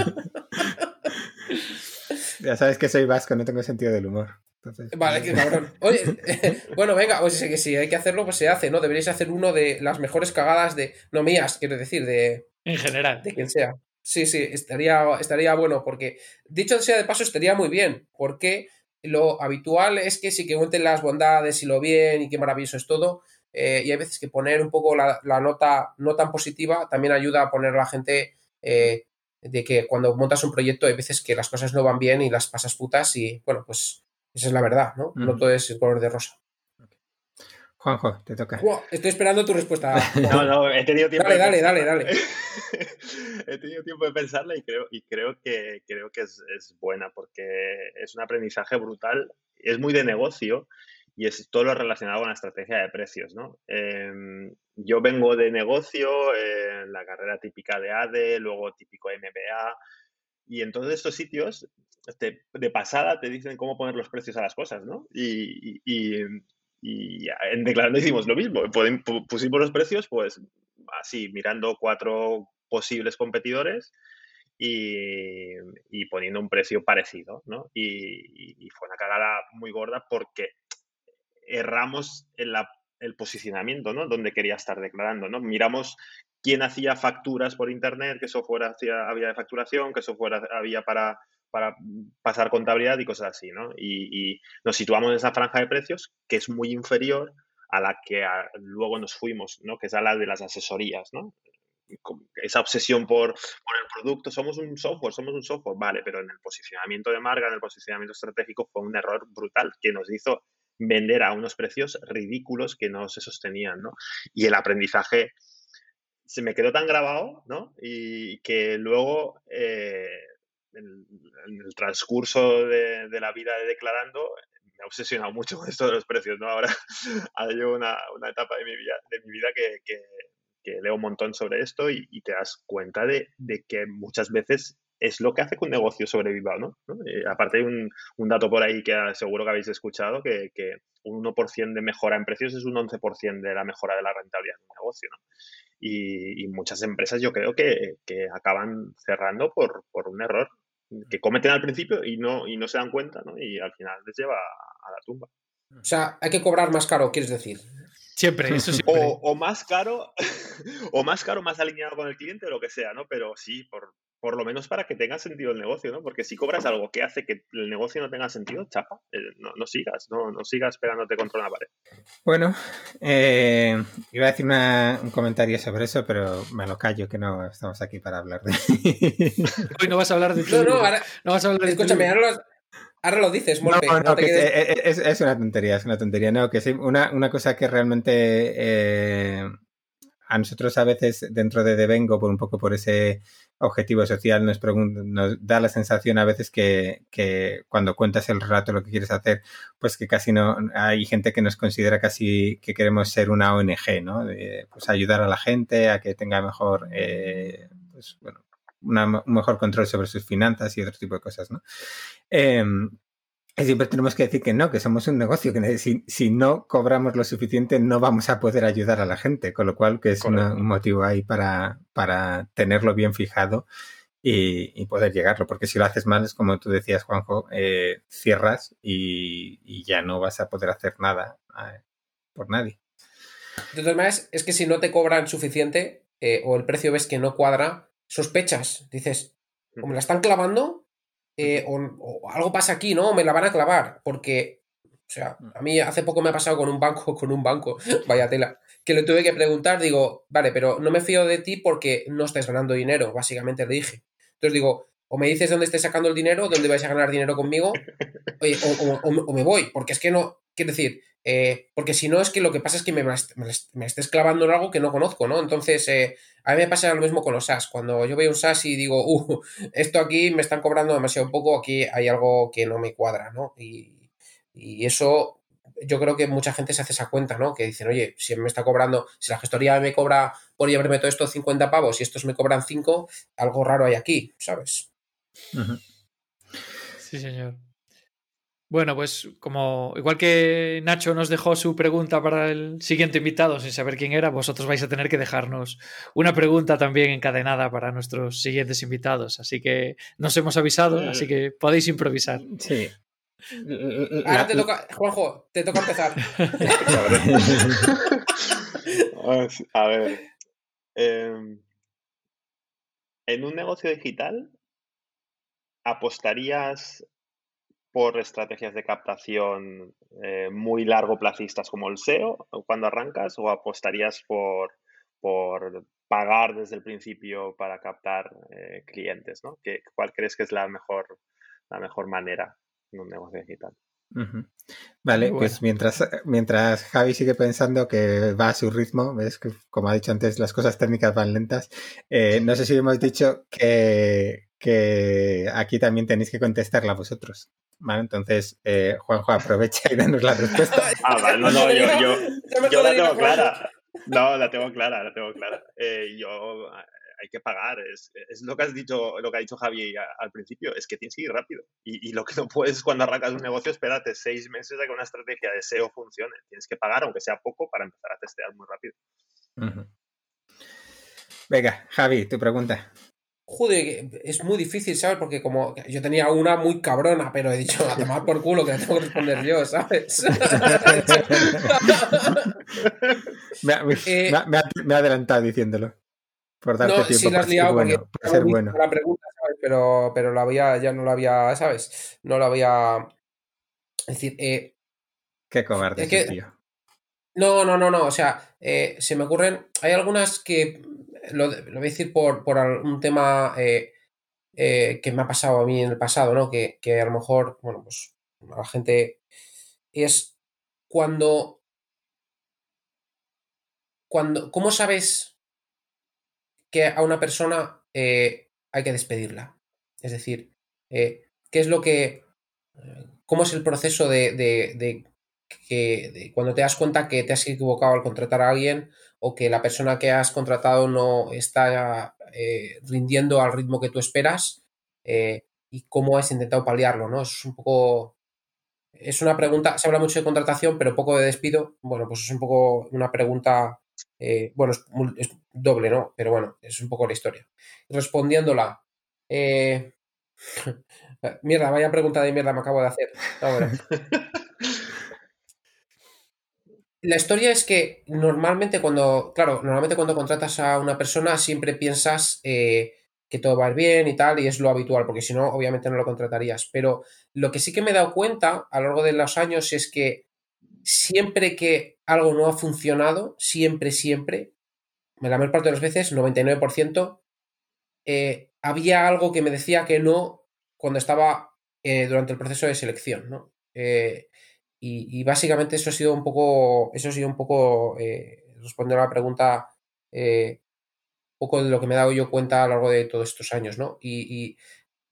Ya sabes que soy vasco, no tengo sentido del humor. Entonces, vale, qué cabrón. Oye, eh, bueno, venga, o sea que si hay que hacerlo, pues se hace, ¿no? Deberíais hacer uno de las mejores cagadas de, no mías, quiero decir, de... En general. De quien sea. Sí, sí, estaría, estaría bueno porque, dicho sea de paso, estaría muy bien porque lo habitual es que sí que cuenten las bondades y lo bien y qué maravilloso es todo eh, y hay veces que poner un poco la, la nota no tan positiva también ayuda a poner a la gente eh, de que cuando montas un proyecto hay veces que las cosas no van bien y las pasas putas y bueno, pues esa es la verdad, ¿no? Uh-huh. No todo es el color de rosa. Juanjo, te toca. Wow, estoy esperando tu respuesta. No, no, he tenido tiempo dale, de dale, dale, dale. He tenido tiempo de pensarla y creo, y creo que, creo que es, es buena porque es un aprendizaje brutal. Es muy de negocio y es todo lo relacionado con la estrategia de precios, ¿no? Eh, yo vengo de negocio, eh, la carrera típica de A D E, luego típico M B A, y en todos estos sitios te, de pasada te dicen cómo poner los precios a las cosas, ¿no? Y, y, y Y en Declarando hicimos lo mismo. Pusimos los precios, pues, así, mirando cuatro posibles competidores y, y poniendo un precio parecido, ¿no? Y, y fue una cagada muy gorda porque erramos en la, el posicionamiento, ¿no? Donde quería estar declarando, ¿no? Miramos quién hacía facturas por internet, qué software hacía, había de facturación, qué software había para... para pasar contabilidad y cosas así, ¿no? Y, y nos situamos en esa franja de precios que es muy inferior a la que a, luego nos fuimos, ¿no? Que es a la de las asesorías, ¿no? Esa obsesión por, por el producto, somos un software, somos un software, vale, pero en el posicionamiento de marca, en el posicionamiento estratégico fue un error brutal que nos hizo vender a unos precios ridículos que no se sostenían, ¿no? Y el aprendizaje se me quedó tan grabado, ¿no? Y que luego... Eh, En, en el transcurso de, de la vida de Declarando me ha obsesionado mucho con esto de los precios, ¿no? Ahora hay una, una etapa de mi vida, de mi vida que, que, que leo un montón sobre esto y, y te das cuenta de, de que muchas veces es lo que hace que un negocio sobreviva, ¿no? ¿No? Eh, aparte hay un, un dato por ahí que seguro que habéis escuchado, que, que un uno por ciento de mejora en precios es un once por ciento de la mejora de la rentabilidad de un negocio, ¿no? Y, y muchas empresas yo creo que, que acaban cerrando por, por un error que cometen al principio y no, y no se dan cuenta, ¿no? Y al final les lleva a, a la tumba. O sea, hay que cobrar más caro, ¿quieres decir? Siempre, eso siempre. O, o más caro, o más caro, más alineado con el cliente o lo que sea, ¿no? Pero sí, por, por lo menos para que tenga sentido el negocio, ¿no? Porque si cobras algo que hace que el negocio no tenga sentido, chapa, eh, no, no sigas, no, no sigas pegándote contra una pared. Bueno, eh, iba a decir una, un comentario sobre eso, pero me lo callo, que no estamos aquí para hablar de... Hoy no vas a hablar de tu No, libro. no, ahora, No vas a hablar de tu escúchame, libro. ahora lo, ahora lo dices, Morfe. No, No, no, te que quedes... es, es- es una tontería, es una tontería. No, que sí, una, una cosa que realmente eh, a nosotros a veces dentro de Devengo, por un poco por ese objetivo social, nos, pregun- nos da la sensación a veces que, que cuando cuentas el relato lo que quieres hacer, pues que casi no hay gente que nos considera casi que queremos ser una O N G, ¿no? De, pues ayudar a la gente a que tenga mejor, eh, pues bueno, una, un mejor control sobre sus finanzas y otro tipo de cosas, ¿no? Eh, y siempre tenemos que decir que no, que somos un negocio, que si, si no cobramos lo suficiente no vamos a poder ayudar a la gente, con lo cual que es una, un motivo ahí para, para tenerlo bien fijado y, y poder llegarlo, porque si lo haces mal es como tú decías, Juanjo, eh, cierras y, y ya no vas a poder hacer nada eh, por nadie. De todas maneras, es que si no te cobran suficiente eh, o el precio ves que no cuadra, sospechas, dices, o me la están clavando eh, o, o algo pasa aquí, ¿no? Me la van a clavar, porque, o sea, a mí hace poco me ha pasado con un banco, con un banco, vaya tela, que le tuve que preguntar, digo, vale, pero no me fío de ti porque no estás ganando dinero, básicamente le dije. Entonces digo, o me dices dónde estés sacando el dinero, dónde vais a ganar dinero conmigo, oye, o, o, o, o me voy, porque es que no, quiero decir, eh, porque si no es que lo que pasa es que me, me, me estés clavando en algo que no conozco, ¿no? Entonces, eh, a mí me pasa lo mismo con los S A S. Cuando yo veo un S A S y digo, uh, esto aquí me están cobrando demasiado poco, aquí hay algo que no me cuadra, ¿no? Y, y eso, yo creo que mucha gente se hace esa cuenta, ¿no? Que dicen, oye, si me está cobrando, si la gestoría me cobra por llevarme todo esto cincuenta pavos y estos me cobran cinco, algo raro hay aquí, ¿sabes? Uh-huh. Sí, señor. Bueno, pues como igual que Nacho nos dejó su pregunta para el siguiente invitado sin saber quién era, vosotros vais a tener que dejarnos una pregunta también encadenada para nuestros siguientes invitados. Así que nos hemos avisado, así que podéis improvisar. Sí. Ahora la, te toca, Juanjo, te toca empezar. A ver, eh, en un negocio digital, ¿apostarías por estrategias de captación eh, muy largoplacistas como el S E O cuando arrancas, o apostarías por, por pagar desde el principio para captar eh, clientes, ¿no? ¿Qué, ¿Cuál crees que es la mejor, la mejor manera en un negocio digital? Uh-huh. Vale, bueno. Pues mientras, mientras Javi sigue pensando que va a su ritmo, ves que como ha dicho antes, las cosas técnicas van lentas, eh, no sé si hemos dicho que, que aquí también tenéis que contestarla vosotros. ¿Vale? Entonces, eh, Juanjo, aprovecha y danos la respuesta. Ah, vale, no, no, yo, yo, yo la tengo clara. No, la tengo clara, la tengo clara. Eh, yo, hay que pagar, es, es lo que has dicho, lo que ha dicho Javi a, al principio, es que tienes que ir rápido. Y, y lo que no puedes cuando arrancas un negocio, espérate seis meses a que una estrategia de S E O funcione. Tienes que pagar, aunque sea poco, para empezar a testear muy rápido. Uh-huh. Venga, Javi, tu pregunta. Joder, es muy difícil, ¿sabes? Porque como yo tenía una muy cabrona, pero he dicho, a tomar por culo, que la tengo que responder yo, ¿sabes? me, me, eh, me, me ha adelantado diciéndolo. Por darte no, tiempo sí la has liado bueno, porque para ser bueno. La pregunta, ¿sabes? Pero, pero la había, ya no la había, ¿sabes? No la había... Es decir, eh, qué cobarde es que... tío. No, no, no, no, o sea, eh, se me ocurren, hay algunas que, lo, lo voy a decir por, por un tema eh, eh, que me ha pasado a mí en el pasado, ¿no? Que, que a lo mejor, bueno, pues a la gente es cuando, cuando, ¿cómo sabes que a una persona eh, hay que despedirla? Es decir, eh, ¿qué es lo que, cómo es el proceso de, de, de que de cuando te das cuenta que te has equivocado al contratar a alguien o que la persona que has contratado no está eh, rindiendo al ritmo que tú esperas eh, y cómo has intentado paliarlo, ¿no? Eso es un poco... Es una pregunta, se habla mucho de contratación, pero poco de despido. Bueno, pues es un poco una pregunta, eh, bueno, es, es doble, ¿no? Pero bueno, es un poco la historia. Respondiéndola, eh... mierda, vaya pregunta de mierda me acabo de hacer. No, bueno. La historia es que normalmente cuando, claro, normalmente cuando contratas a una persona siempre piensas eh, que todo va a ir bien y tal, y es lo habitual, porque si no, obviamente no lo contratarías. Pero lo que sí que me he dado cuenta a lo largo de los años es que siempre que algo no ha funcionado, siempre, siempre, la mayor parte de las veces, noventa y nueve por ciento, eh, había algo que me decía que no cuando estaba eh, durante el proceso de selección, ¿no? Eh, y, y básicamente eso ha sido un poco, eso ha sido un poco, eh, responder a la pregunta, eh, un poco de lo que me he dado yo cuenta a lo largo de todos estos años, ¿no? Y, y,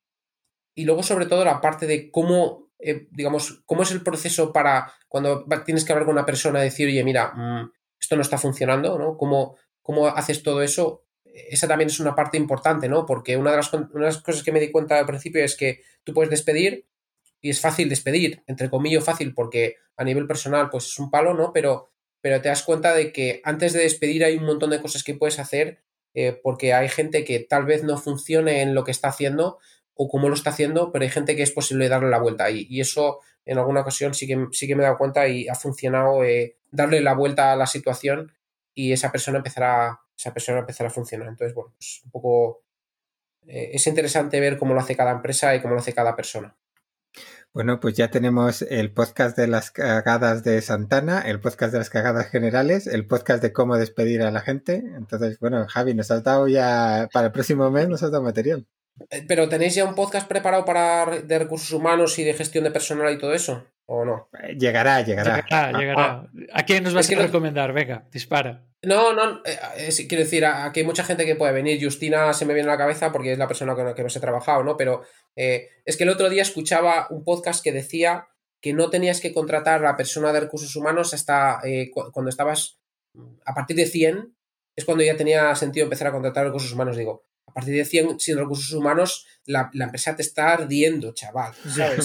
y luego, sobre todo, la parte de cómo, eh, digamos, cómo es el proceso para cuando tienes que hablar con una persona y decir, oye, mira, mmm, esto no está funcionando, ¿no? ¿Cómo, cómo haces todo eso? Esa también es una parte importante, ¿no? Porque una de, las, una de las cosas que me di cuenta al principio es que tú puedes despedir y es fácil despedir, entre comillas fácil, porque a nivel personal pues es un palo, ¿no? Pero, pero te das cuenta de que antes de despedir hay un montón de cosas que puedes hacer eh, porque hay gente que tal vez no funcione en lo que está haciendo o cómo lo está haciendo, pero hay gente que es posible darle la vuelta y, y eso en alguna ocasión sí que, sí que me he dado cuenta y ha funcionado eh, darle la vuelta a la situación y esa persona empezará, esa persona empezará a funcionar. Entonces, bueno, pues un poco eh, es interesante ver cómo lo hace cada empresa y cómo lo hace cada persona. Bueno, pues ya tenemos el podcast de las cagadas de Santana, el podcast de las cagadas generales, el podcast de cómo despedir a la gente. Entonces, bueno, Javi, nos has dado ya, para el próximo mes nos has dado material. ¿Pero tenéis ya un podcast preparado para de recursos humanos y de gestión de personal y todo eso? ¿O no? Llegará, llegará. Llegará, llegará. Ah, ¿a quién nos vas a recomendar? No... Venga, dispara. No, no, eh, es, quiero decir, aquí hay mucha gente que puede venir. Justina se me viene a la cabeza porque es la persona con la que más he trabajado, ¿no? Pero eh, es que el otro día escuchaba un podcast que decía que no tenías que contratar a la persona de recursos humanos hasta eh, cuando estabas a partir de cien, es cuando ya tenía sentido empezar a contratar recursos humanos. Digo, a partir de cien sin recursos humanos, la, la empresa te está ardiendo, chaval, ¿sabes?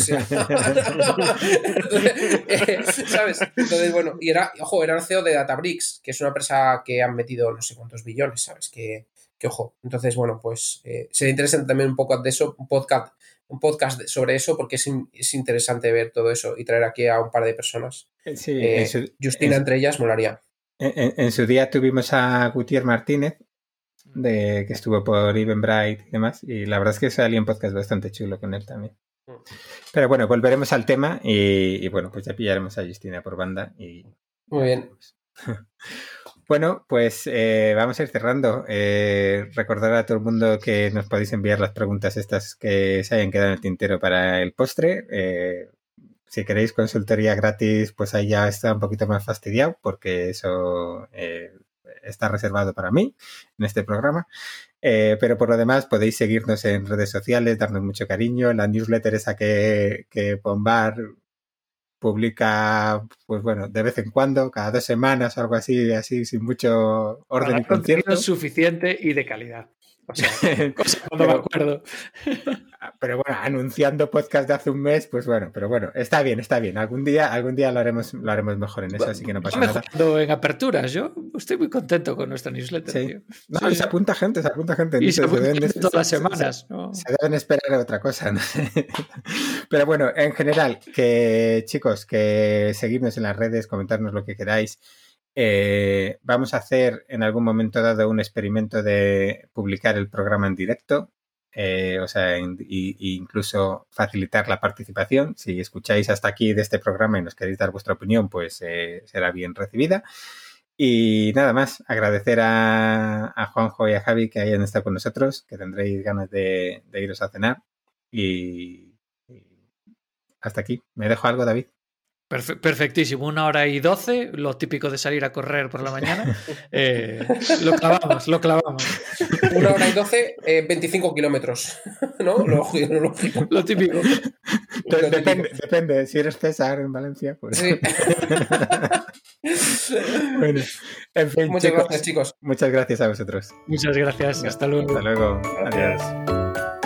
¿Sabes? Entonces, bueno, y era, ojo, era el C E O de Databricks, que es una empresa que han metido no sé cuántos billones, ¿sabes? Que, que ojo. Entonces, bueno, pues eh, sería interesante también un poco de eso, un podcast, un podcast sobre eso, porque es, es interesante ver todo eso y traer aquí a un par de personas. Sí, eh, en su, Justina en, entre ellas, molaría. En, en su día tuvimos a Gutiérrez Martínez, de, que estuvo por Eventbrite y demás, y la verdad es que salió un podcast bastante chulo con él también. Pero bueno, volveremos al tema y, y bueno, pues ya pillaremos a Justina por banda. Y, Muy bien. Pues, bueno, pues eh, vamos a ir cerrando. Eh, recordar a todo el mundo que nos podéis enviar las preguntas estas que se hayan quedado en el tintero para el postre. Eh, si queréis consultoría gratis, pues ahí ya está un poquito más fastidiado porque eso eh, está reservado para mí en este programa. Eh, pero por lo demás podéis seguirnos en redes sociales, darnos mucho cariño. La newsletter esa que, que Bombar publica, pues bueno, de vez en cuando, cada dos semanas o algo así, así sin mucho orden Para y concierto. Suficiente y de calidad. O sea, cosa cuando pero, me acuerdo. Pero bueno, anunciando podcast de hace un mes, pues bueno, pero bueno, está bien, está bien. Algún día, algún día lo haremos, lo haremos mejor en eso, bueno, así que no pasa nada. En aperturas, yo estoy muy contento con nuestra newsletter, sí. tío. No, sí. se apunta gente, se apunta gente. Y se, se apunta deben, gente todas se, las semanas, se, ¿no? Se deben esperar a otra cosa, ¿no? Pero bueno, en general, que chicos, que seguidnos en las redes, comentarnos lo que queráis. Eh, vamos a hacer en algún momento dado un experimento de publicar el programa en directo, eh, o sea, in, y, incluso facilitar la participación. Si escucháis hasta aquí de este programa y nos queréis dar vuestra opinión, pues eh, será bien recibida. Y nada más, agradecer a, a Juanjo y a Javi que hayan estado con nosotros, que tendréis ganas de, de iros a cenar. Y, y hasta aquí. ¿Me dejo algo, David? Perfectísimo, una hora y doce, lo típico de salir a correr por la mañana. Eh, lo clavamos, lo clavamos. Una hora y doce, eh, veinticinco kilómetros, ¿no? Lo, lo, lógico. Lo típico. Lo depende, típico. Depende, si eres César en Valencia, pues. Sí. Bueno, en fin, muchas chicos, gracias, chicos. Muchas gracias a vosotros. Muchas gracias, hasta luego. Hasta luego. Gracias. Adiós.